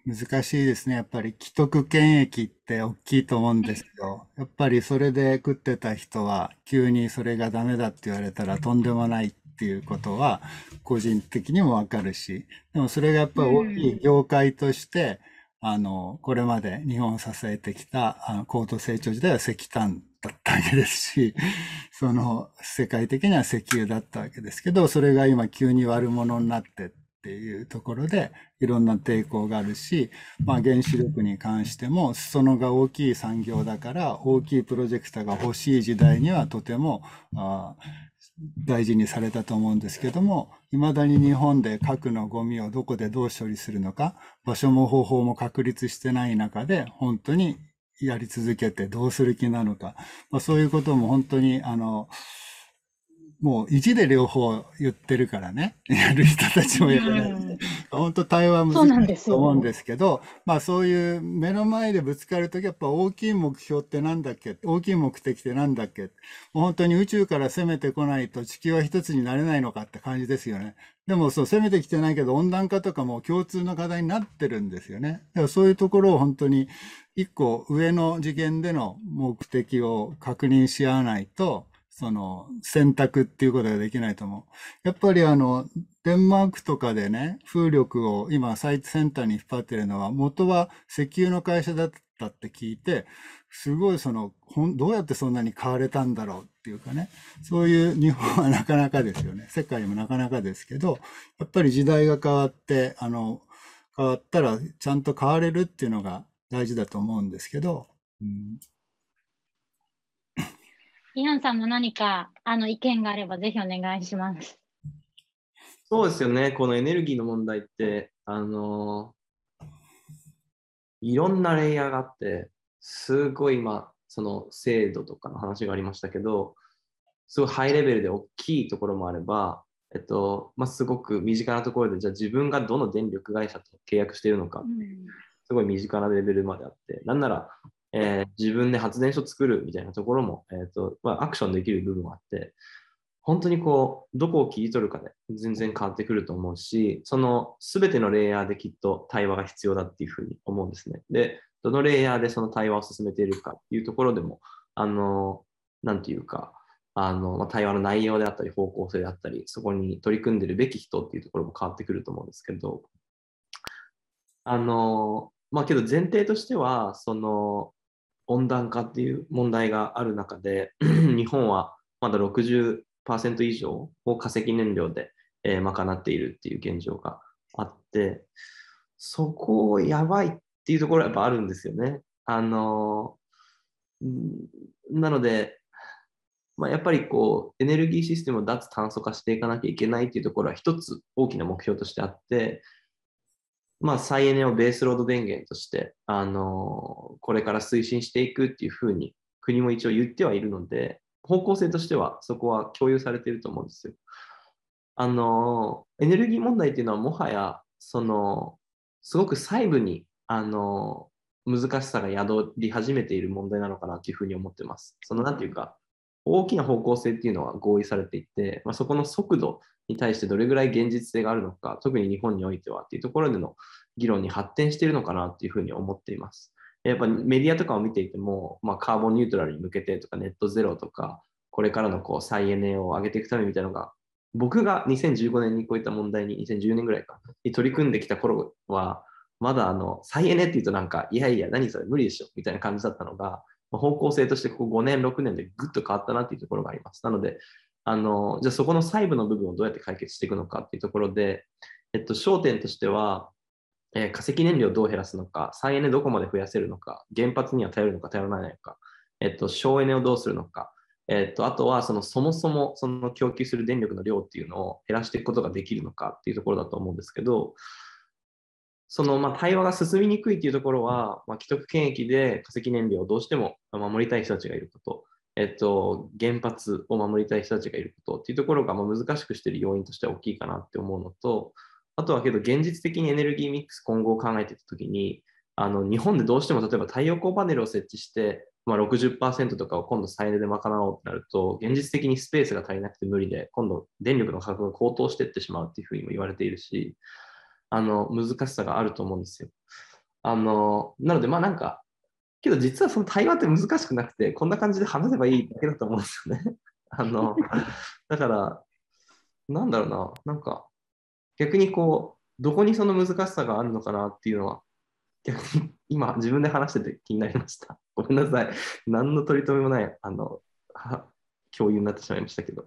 難しいですね。やっぱり既得権益って大きいと思うんですよ。やっぱりそれで食ってた人は急にそれがダメだって言われたらとんでもないっていうことは個人的にもわかるし、でもそれがやっぱり大きい業界として、これまで日本を支えてきた、高度成長時代は石炭だったわけですし、世界的には石油だったわけですけど、それが今急に悪者になってっていうところで、いろんな抵抗があるし、まあ原子力に関しても、裾野が大きい産業だから、大きいプロジェクターが欲しい時代にはとても、大事にされたと思うんですけども、未だに日本で核のゴミをどこでどう処理するのか、場所も方法も確立してない中で、本当にやり続けてどうする気なのか、まあ、そういうことも本当に、もう意地で両方言ってるからね、やる人たちもやらない。本当対話は難しいと思うんですけど、まあそういう目の前でぶつかるときやっぱ大きい目標ってなんだっけ、大きい目的ってなんだっけ、もう本当に宇宙から攻めてこないと地球は一つになれないのかって感じですよね。でもそう攻めてきてないけど温暖化とかも共通の課題になってるんですよね。だからそういうところを本当に一個上の次元での目的を確認し合わないと、選択っていうことができないと思う。やっぱりデンマークとかでね、風力を今最先端に引っ張ってるのは、元は石油の会社だったって聞いて、すごいどうやってそんなに買われたんだろうっていうかね、そういう日本はなかなかですよね。世界もなかなかですけど、やっぱり時代が変わって、変わったらちゃんと変われるっていうのが大事だと思うんですけど、 イアンさんも何か意見があればぜひお願いします。 そうですよね。このエネルギーの問題って、いろんなレイヤーがあって、すごい今、その制度とかの話がありましたけど、すごいハイレベルで大きいところもあれば、すごく身近なところで、じゃあ自分がどの電力会社と契約しているのかっていう、すごい身近なレベルまであって、なんなら、自分で発電所作るみたいなところも、アクションできる部分もあって、本当にこう、どこを切り取るかで全然変わってくると思うし、その全てのレイヤーできっと対話が必要だっていうふうに思うんですね。で、どのレイヤーでその対話を進めているかっていうところでも、なんていうか、対話の内容であったり、方向性であったり、そこに取り組んでるべき人っていうところも変わってくると思うんですけど、けど前提としては、その温暖化っていう問題がある中で、日本はまだ60%以上を化石燃料で、賄っているっていう現状があって、そこやばいっていうところはやっぱあるんですよね。なので、やっぱりこうエネルギーシステムを脱炭素化していかなきゃいけないっていうところは一つ大きな目標としてあって、再エネをベースロード電源として、これから推進していくっていうふうに国も一応言ってはいるので、方向性としてはそこは共有されていると思うんですよ。エネルギー問題っていうのはもはや、すごく細部に、難しさが宿り始めている問題なのかなというふうに思ってます。なんていうか、大きな方向性っていうのは合意されていて、そこの速度に対してどれぐらい現実性があるのか、特に日本においてはっていうところでの議論に発展しているのかなっていうふうに思っています。やっぱメディアとかを見ていても、カーボンニュートラルに向けてとか、ネットゼロとか、これからのこう再エネを上げていくためみたいなのが、僕が2015年にこういった問題に、2010年ぐらいか、に取り組んできた頃は、まだ再エネって言うとなんか、いやいや、何それ無理でしょみたいな感じだったのが、方向性としてここ5年、6年でぐっと変わったなっていうところがあります。なので、じゃあそこの細部の部分をどうやって解決していくのかっていうところで、焦点としては、化石燃料をどう減らすのか、再エネどこまで増やせるのか、原発には頼るのか頼らないのか、省エネをどうするのか、あとはそもそもその供給する電力の量っていうのを減らしていくことができるのかっていうところだと思うんですけど、対話が進みにくいというところは、既得権益で化石燃料をどうしても守りたい人たちがいること、原発を守りたい人たちがいることっていうところが難しくしている要因としては大きいかなって思うのと、あとはけど現実的にエネルギーミックス今後を考えていったときに、日本でどうしても例えば太陽光パネルを設置して、60% とかを今度再エネで賄おうとなると、現実的にスペースが足りなくて無理で、今度電力の価格が高騰していってしまうっていうふうにも言われているし、難しさがあると思うんですよ。 なので、まあなんか、けど実はその対話って難しくなくて、こんな感じで話せばいいだけだと思うんですよね。だから、なんだろうな、なんか、逆にこう、どこにその難しさがあるのかなっていうのは、逆に今自分で話してて気になりました。ごめんなさい。何の取り留めもない、共有になってしまいましたけど。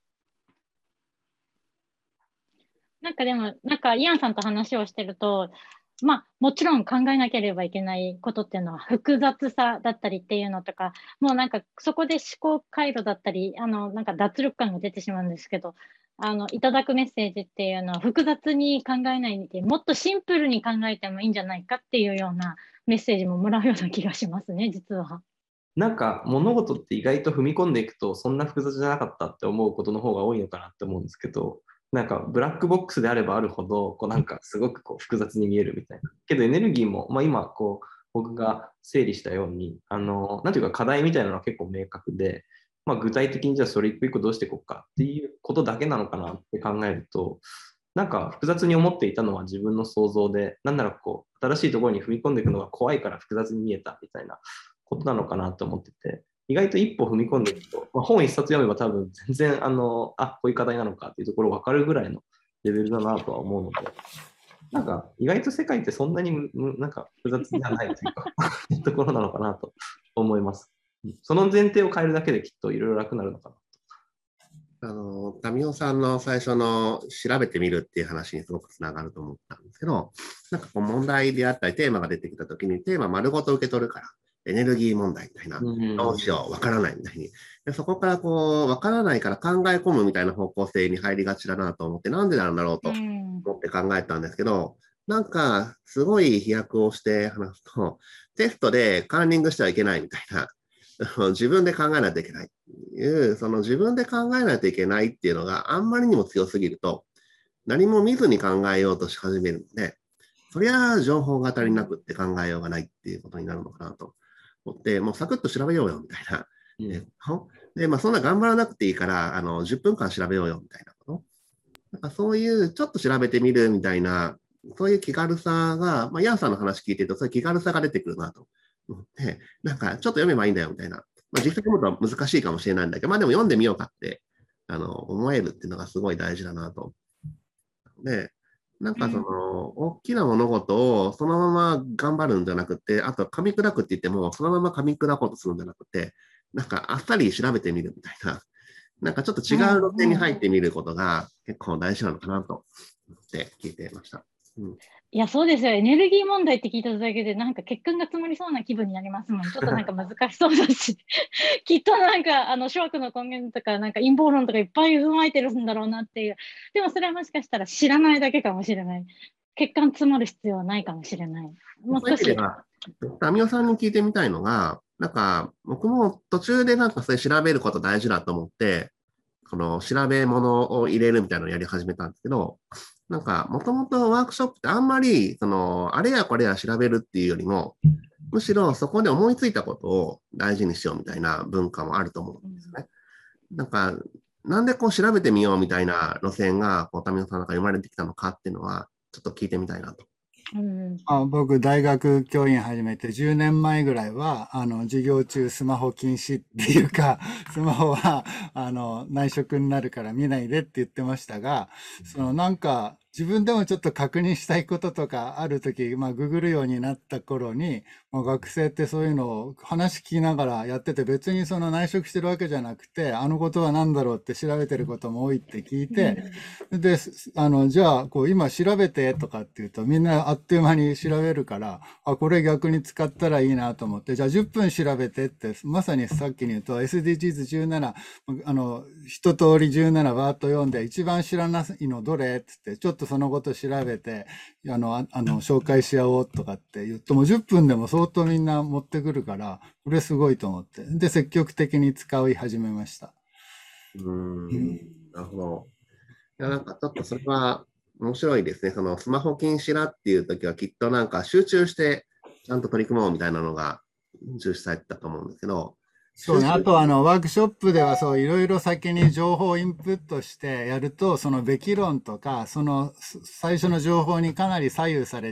なんかでも、なんかイアンさんと話をしてると、まあもちろん考えなければいけないことっていうのは複雑さだったりっていうのとか、もうなんかそこで思考回路だったり、なんか脱力感が出てしまうんですけど、いただくメッセージっていうのは複雑に考えないで、もっとシンプルに考えてもいいんじゃないかっていうようなメッセージももらうような気がしますね、実は。 なんか物事って意外と踏み込んでいくとそんな複雑じゃなかったって思うことの方が多いのかなって思うんですけど、なんかブラックボックスであればあるほどこうなんかすごくこう複雑に見えるみたいな。けどエネルギーも、まあ、今こう僕が整理したようになんていうか課題みたいなのは結構明確で、まあ、具体的にじゃあそれ一個一個どうしていこうかっていうことだけなのかなって考えると、なんか複雑に思っていたのは自分の想像で、なんならこう新しいところに踏み込んでいくのが怖いから複雑に見えたみたいなことなのかなと思ってて、意外と一歩踏み込んでいくと、まあ、本一冊読めば多分全然こういう課題なのかっていうところ分かるぐらいのレベルだなとは思うので、なんか意外と世界ってそんなになんか複雑じゃないというかいうところなのかなと思います。その前提を変えるだけできっといろいろ楽になるのかな。 タミオさんの最初の調べてみるっていう話にすごくつながると思ったんですけど、なんかこう問題であったりテーマが出てきたときにテーマ丸ごと受け取るから、エネルギー問題みたいな、どうしよう、わからないみたいに。でそこからこう、わからないから考え込むみたいな方向性に入りがちだなと思って、なんでなんだろうと思って考えたんですけど、なんかすごい飛躍をして話すと、テストでカンニングしてはいけないみたいな。自分で考えないといけないその自分で考えないといけないっていうのがあんまりにも強すぎると、何も見ずに考えようとし始めるので、そりゃ情報が足りなくって考えようがないっていうことになるのかなと思って、もうサクッと調べようよみたいな。で、まあそんな頑張らなくていいから、10分間調べようよみたいなこと。なんかそういうちょっと調べてみるみたいな、そういう気軽さが、まあ、ヤンさんの話聞いてると、そういう気軽さが出てくるなと。で、なんか、ちょっと読めばいいんだよみたいな。まあ、実際読むとは難しいかもしれないんだけど、まあでも読んでみようかって、思えるっていうのがすごい大事だなと。で、なんかその、大きな物事をそのまま頑張るんじゃなくて、あと噛み砕くって言っても、そのまま噛み砕こうとするんじゃなくて、なんかあっさり調べてみるみたいな、なんかちょっと違う路線に入ってみることが結構大事なのかなと思って聞いていました。 いや、そうですよ。エネルギー問題って聞いただけで、なんか血管が詰まりそうな気分になりますもん。ちょっとなんか難しそうだし、きっとなんか、諸悪の根源とか、なんか陰謀論とかいっぱい渦巻いてるんだろうなっていう。でもそれはもしかしたら知らないだけかもしれない。血管詰まる必要はないかもしれない。もう少し。 タミオさんに聞いてみたいのが、なんか、僕も途中でなんかそれ調べること大事だと思って、この調べ物を入れるみたいなのをやり始めたんですけど、なんか、もともとワークショップってあんまり、あれやこれや調べるっていうよりも、むしろそこで思いついたことを大事にしようみたいな文化もあると思うんですね。なんか、なんでこう調べてみようみたいな路線が、タミオさんの中に生まれてきたのかっていうのは、ちょっと聞いてみたいなと。 僕、大学教員始めて10年前ぐらいは、授業中スマホ禁止っていうか、スマホは、内職になるから見ないでって言ってましたが、なんか、自分でもちょっと確認したいこととかあるとき、まあ、ググるようになった頃に、もう学生ってそういうのを話聞きながらやってて、別にその内職してるわけじゃなくて、あのことは何だろうって調べてることも多いって聞いて、で、じゃあ、今調べてとかって言うと、みんなあっという間に調べるから、これ逆に使ったらいいなと思って、じゃあ10分調べてって、まさにさっきに言うと SDGs17、一通り17バーッと読んで、一番知らないのどれって言って、ちょっとそのこと調べて、紹介し合おうとかって言っても、10分でも相当みんな持ってくるから、これすごいと思って。で、積極的に使い始めました。 なるほど。いや、なんかちょっとそれは面白いですね。スマホ禁止だっていう時はきっとなんか集中してちゃんと取り組もうみたいなのが重視されてたと思うんですけど。 そうね。あとワークショップではそういろいろ先に情報をインプットしてやると、そのべき論とか、その最初の情報にかなり左右されちゃって、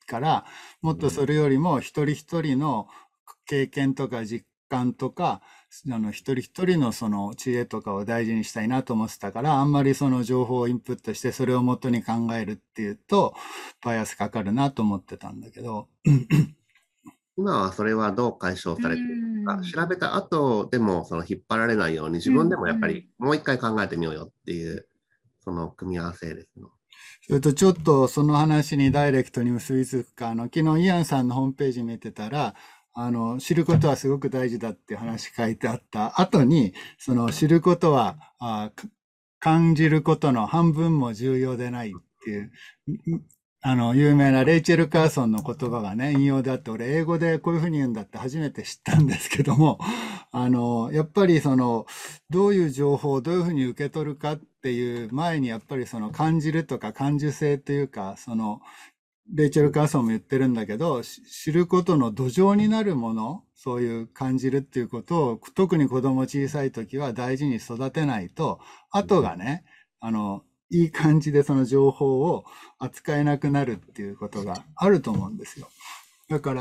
から、もっとそれよりも一人一人の経験とか実感とか、一人一人のその知恵とかを大事にしたいなと思ってたから、あんまりその情報をインプットしてそれを元に考えるっていうと、バイアスかかるなと思ってたんだけど。 今はそれはどう解消されているのか、調べた後でもその引っ張られないように自分でもやっぱりもう一回考えてみようよっていう、その組み合わせですね。 それとちょっとその話にダイレクトに結びつくか、昨日イアンさんのホームページ見てたら、知ることはすごく大事だっていう話書いてあった後に、その知ることは、感じることの半分も重要でないっていう、有名なレイチェル・カーソンの言葉がね、引用であって、俺英語でこういうふうに言うんだって初めて知ったんですけども、やっぱりどういう情報をどういうふうに受け取るかっていう前に、やっぱり感じるとか感受性というか、レイチェル・カーソンも言ってるんだけど、知ることの土壌になるもの、そういう感じるっていうことを、特に子供小さい時は大事に育てないと、後がね、いい感じでその情報を扱えなくなるっていうことがあると思うんですよ。だから、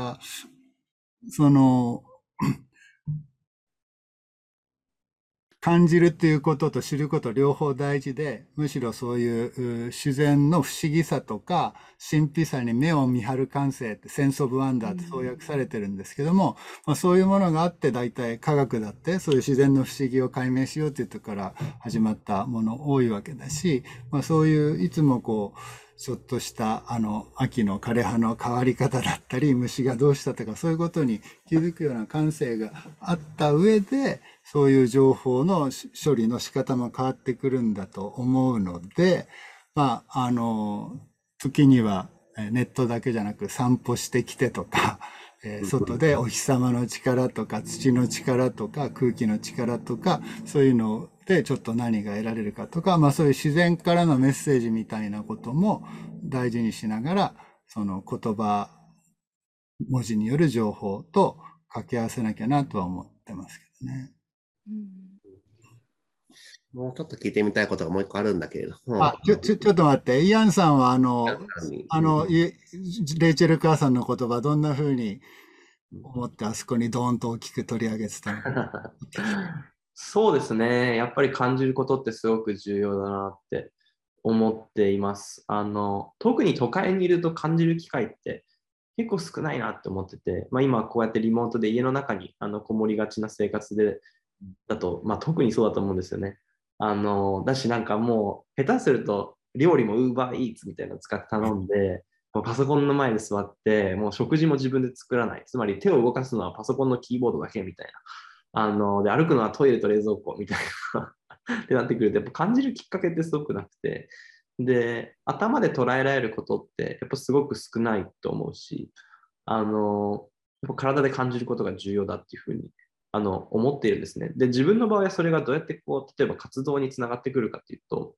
感じるっていうことと知ること両方大事で、むしろそういう自然の不思議さとか神秘さに目を見張る感性ってセンスオブワンダーってそう訳されてるんですけども、そういうものがあって大体科学だってそういう自然の不思議を解明しようっていうところから始まったもの多いわけだし、そういういつもちょっとした秋の枯れ葉の変わり方だったり、虫がどうしたとかそういうことに気づくような感性があった上で、そういう情報の処理の仕方も変わってくるんだと思うので、時にはネットだけじゃなく散歩してきてとか、外でお日様の力とか土の力とか空気の力とか、そういうのでちょっと何が得られるかとか、そういう自然からのメッセージみたいなことも大事にしながら、その言葉、文字による情報と掛け合わせなきゃなとは思ってますけどね。 もうちょっと聞いてみたいことがもう一個あるんだけれども。 ちょっと待って。イアンさんはレイチェル・カーさんの言葉どんな風に思ってあそこにドーンと大きく取り上げてたの？ そうですね。やっぱり感じることってすごく重要だなって思っています。特に都会にいると感じる機会って結構少ないなって思ってて、今こうやってリモートで家の中にこもりがちな生活だと、特にそうだと思うんですよね。だしなんかもう下手すると料理も Uber Eats みたいなの使って頼んで、もうパソコンの前で座って、もう食事も自分で作らない。つまり手を動かすのはパソコンのキーボードだけみたいな。で歩くのはトイレと冷蔵庫みたいなってなってくると、やっぱ感じるきっかけってすごくなくて、で、頭で捉えられることってやっぱすごく少ないと思うし、やっぱ体で感じることが重要だっていうふうに思っているんですね。で、自分の場合はそれがどうやって例えば活動につながってくるかっていうと、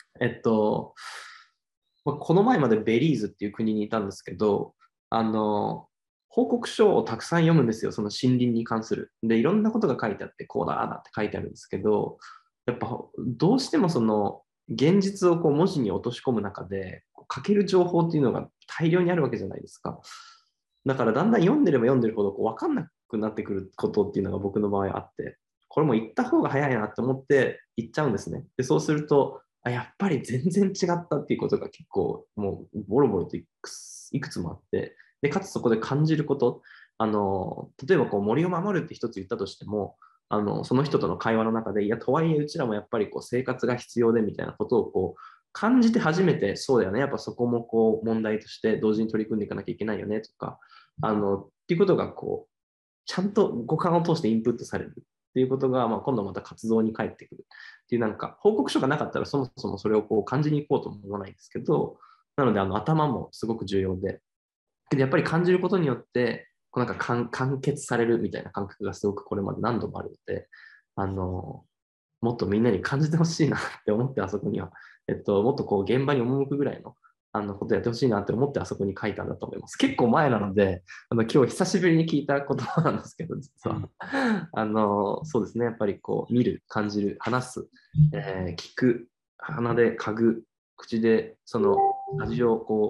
この前までベリーズっていう国にいたんですけど、報告書をたくさん読むんですよ、その森林に関する。で、いろんなことが書いてあって、こうだ、ああだって書いてあるんですけど、やっぱどうしてもその現実を文字に落とし込む中で、書ける情報っていうのが大量にあるわけじゃないですか。だからだんだん読んでれば読んでるほど分かんなくなってくることっていうのが僕の場合あって、これも言った方が早いなって思って言っちゃうんですね。で、そうすると、やっぱり全然違ったっていうことが結構もうボロボロといくつもあって、で、かつそこで感じること、例えば森を守るって一つ言ったとしても、その人との会話の中で、いや、とはいえうちらもやっぱり生活が必要でみたいなことを感じて初めて、そうだよね、やっぱそこも問題として同時に取り組んでいかなきゃいけないよねとか、っていうことがちゃんと五感を通してインプットされるっていうことが、今度また活動に返ってくるっていう、なんか報告書がなかったらそもそもそれを感じに行こうとも思わないんですけど、なので頭もすごく重要で、やっぱり感じることによってなんか完結されるみたいな感覚がすごくこれまで何度もあるので、もっとみんなに感じてほしいなって思って、あそこには、もっと現場に赴くぐらいのことやってほしいなって思ってあそこに書いたんだと思います。結構前なので、今日久しぶりに聞いた言葉なんですけど、実は。そうですね、やっぱり見る、感じる、話す、聞く、鼻で嗅ぐ、口でその味を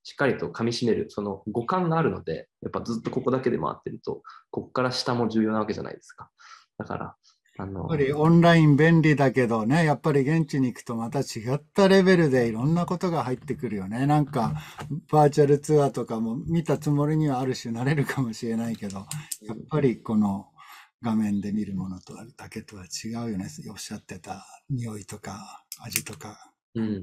しっかりと噛み締める、その五感があるので、やっぱずっとここだけで回ってると、ここから下も重要なわけじゃないですか。だから、 やっぱりオンライン便利だけどね、やっぱり現地に行くとまた違ったレベルでいろんなことが入ってくるよね。なんか、バーチャルツアーとかも見たつもりにはある種慣れるかもしれないけど、やっぱりこの画面で見るものとだけとは違うよね。おっしゃってた匂いとか味とか。 うん。 うん、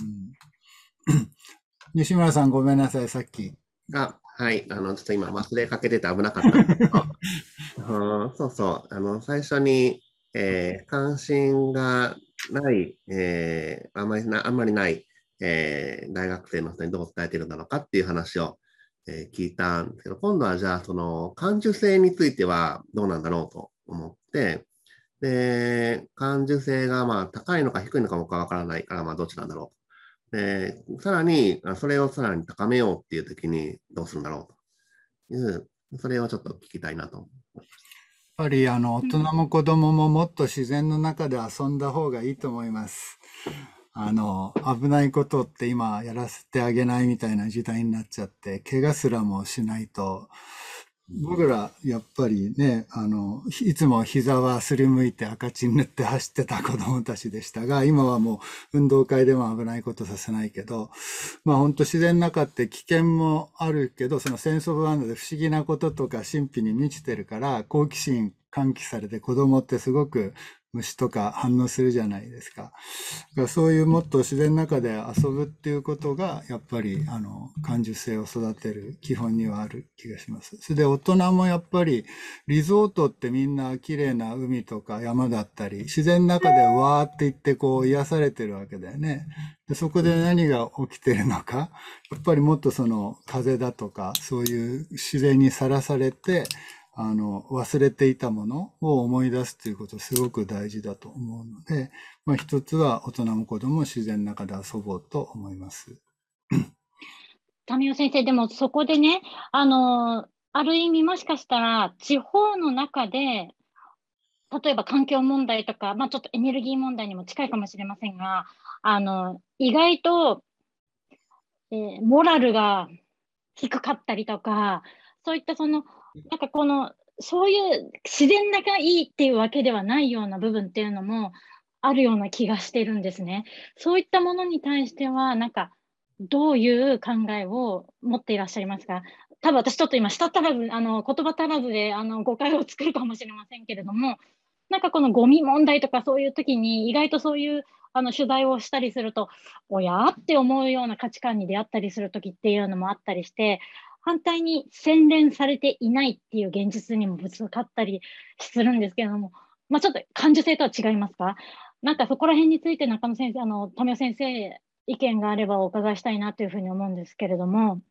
西村さんごめんなさい、さっき。 はい。ちょっと今忘れかけてて危なかったんですけどそうそう。最初に、関心がない、あんまりない、大学生の人にどう伝えているのかっていう話を、聞いたんですけど、今度はじゃあ、その感受性についてはどうなんだろうと思って、で、感受性がまあ高いのか低いのか僕はわからないから、まあどっちなんだろう。で、さらに、それをさらに高めようっていうときにどうするんだろうという、それをちょっと聞きたいなと思います。 やっぱり大人も子供ももっと自然の中で遊んだ方がいいと思います。危ないことって今やらせてあげないみたいな時代になっちゃって、怪我すらもしないと、僕らやっぱりね、いつも膝はすりむいて赤チン塗って走ってた子供たちでしたが、今はもう運動会でも危ないことさせないけど、まあ本当自然の中って危険もあるけど、そのセンスオブワンダーで不思議なこととか神秘に満ちてるから、好奇心喚起されて子供ってすごく虫とか反応するじゃないですか。だからそういうもっと自然の中で遊ぶっていうことが、やっぱり、感受性を育てる基本にはある気がします。それで大人もやっぱり、リゾートってみんな綺麗な海とか山だったり、自然の中でわーって行ってこう癒されてるわけだよね。でそこで何が起きてるのか、やっぱりもっとその風だとか、そういう自然にさらされて、忘れていたものを思い出すということすごく大事だと思うので、まあ一つは大人も子供も自然の中で遊ぼうと思います。 民生先生、でもそこでね、ある意味もしかしたら地方の中で、例えば環境問題とか、まあちょっとエネルギー問題にも近いかもしれませんが、意外と、モラルが低かったりとか、そういったなんかそういう自然がいいっていうわけではないような部分っていうのもあるような気がしてるんですね。そういったものに対しては、なんか、どういう考えを持っていらっしゃいますか？多分私ちょっと今、舌足らず、言葉足らずで、誤解を作るかもしれませんけれども、なんかこのゴミ問題とかそういう時に、意外とそういう取材をしたりすると、おやって思うような価値観に出会ったりする時っていうのもあったりして、反対に洗練されていないっていう現実にもぶつかったりするんですけれども、まあ、ちょっと感受性とは違いますか？なんかそこら辺について中野先生、民生先生、意見があればお伺いしたいなというふうに思うんですけれども、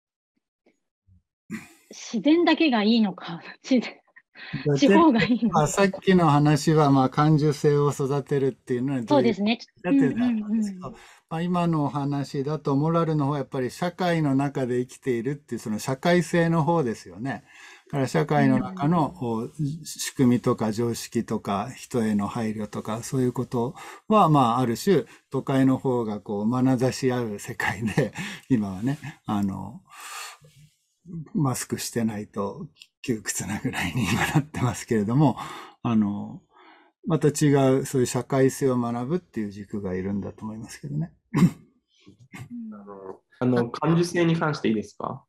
自然だけがいいのか、地方がいいのか。 さっきの話は、まあ、感受性を育てるっていうのはどいうそううですね。 だってなんですけど、まあ、今のお話だと、モラルの方はやっぱり社会の中で生きているっていう、その社会性の方ですよね。だから社会の中の仕組みとか常識とか人への配慮とかそういうことは、まあ、ある種都会の方がこう眼差し合う世界で、今はね、マスクしてないと窮屈なぐらいに今なってますけれども、また違う、そういう社会性を学ぶっていう軸がいるんだと思いますけどね。 感受性に関していいですか？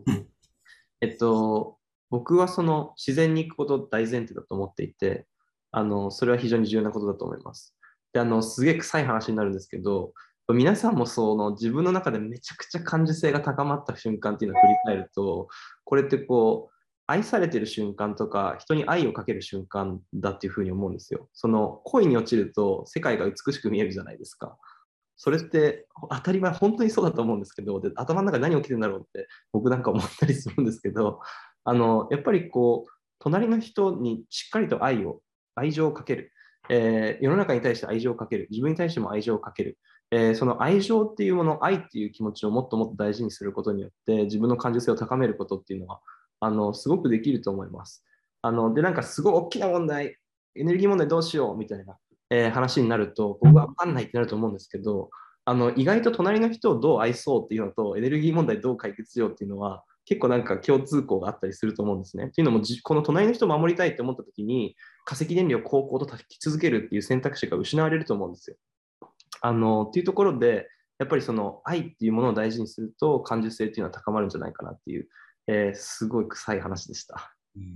僕はその自然に行くこと大前提だと思っていて、それは非常に重要なことだと思います。で、すげえ臭い話になるんですけど、皆さんも自分の中でめちゃくちゃ感受性が高まった瞬間っていうのを振り返ると、これってこう、愛されてる瞬間とか、人に愛をかける瞬間だっていうふうに思うんですよ。その恋に落ちると世界が美しく見えるじゃないですか。それって当たり前、本当にそうだと思うんですけど、で頭の中で何起きてるんだろうって僕なんか思ったりするんですけど、やっぱりこう、隣の人にしっかりと愛情をかける。世の中に対して愛情をかける。自分に対しても愛情をかける。その愛情っていうもの、愛っていう気持ちをもっともっと大事にすることによって、自分の感受性を高めることっていうのは、すごくできると思います。で、なんかすごい大きな問題、エネルギー問題どうしようみたいな、話になると、僕は分かんないってなると思うんですけど、 意外と隣の人をどう愛そうっていうのと、エネルギー問題どう解決しようっていうのは、結構なんか共通項があったりすると思うんですね。っていうのも、この隣の人を守りたいって思った時に、化石燃料を高校と焚き続けるっていう選択肢が失われると思うんですよ。っていうところで、やっぱりその愛っていうものを大事にすると感受性っていうのは高まるんじゃないかなっていう、すごい臭い話でした。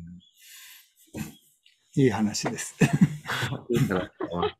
いい話です。 いい話が終わった。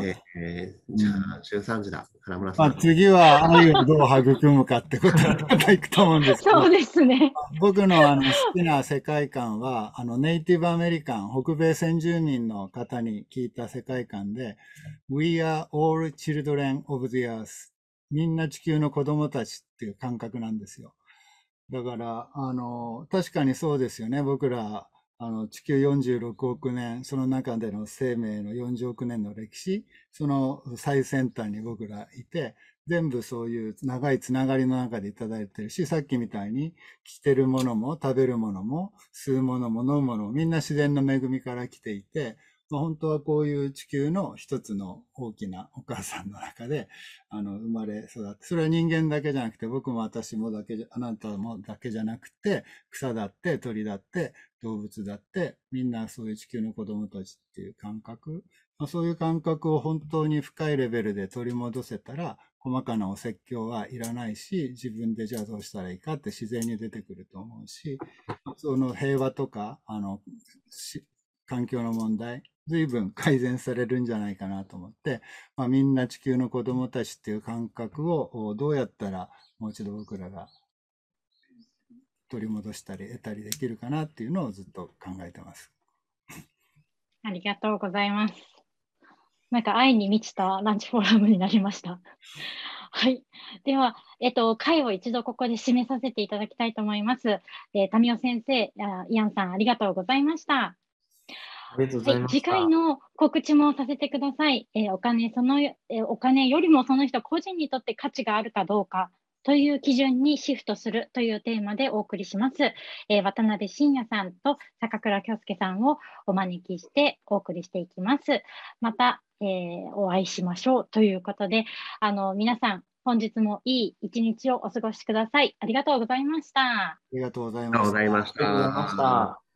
じゃあ、13時だ。金村さん。 次は愛をどう育むかってことにいくと思うんですけど。 そうですね。 僕の好きな世界観は、ネイティブアメリカン、北米先住民の方に聞いた世界観で、We are all children of the earth。みんな地球の子供たちっていう感覚なんですよ。だから、確かにそうですよね。僕ら、地球46億年、その中での生命の40億年の歴史、その最先端に僕らいて、全部そういう長いつながりの中でいただいてるし、さっきみたいに着てるものも食べるものも吸うものも飲むものもみんな自然の恵みから来ていて、本当はこういう地球の一つの大きなお母さんの中で生まれ育って、それは人間だけじゃなくて、僕も私もだけじゃ、あなたもだけじゃなくて、草だって鳥だって動物だってみんなそういう地球の子供たちっていう感覚、そういう感覚を本当に深いレベルで取り戻せたら、細かなお説教はいらないし、自分でじゃあどうしたらいいかって自然に出てくると思うし、その平和とか環境の問題、随分改善されるんじゃないかなと思って、みんな地球の子供たちっていう感覚をどうやったらもう一度僕らが取り戻したり得たりできるかなっていうのをずっと考えてます。 ありがとうございます。なんか愛に満ちたランチフォーラムになりました。はい。では、会を一度ここで締めさせていただきたいと思います。タミオ先生、イアンさん、ありがとうございました。 ありがとうございました。 次回の告知もさせてください。お金よりもその人個人にとって価値があるかどうかという基準にシフトするというテーマでお送りします。渡辺真也さんと坂倉京介さんをお招きしてお送りしていきます。また、お会いしましょうということで、皆さん本日もいい一日をお過ごしください。ありがとうございました。 ありがとうございありがとうございました。 ました。 ありがとうございました。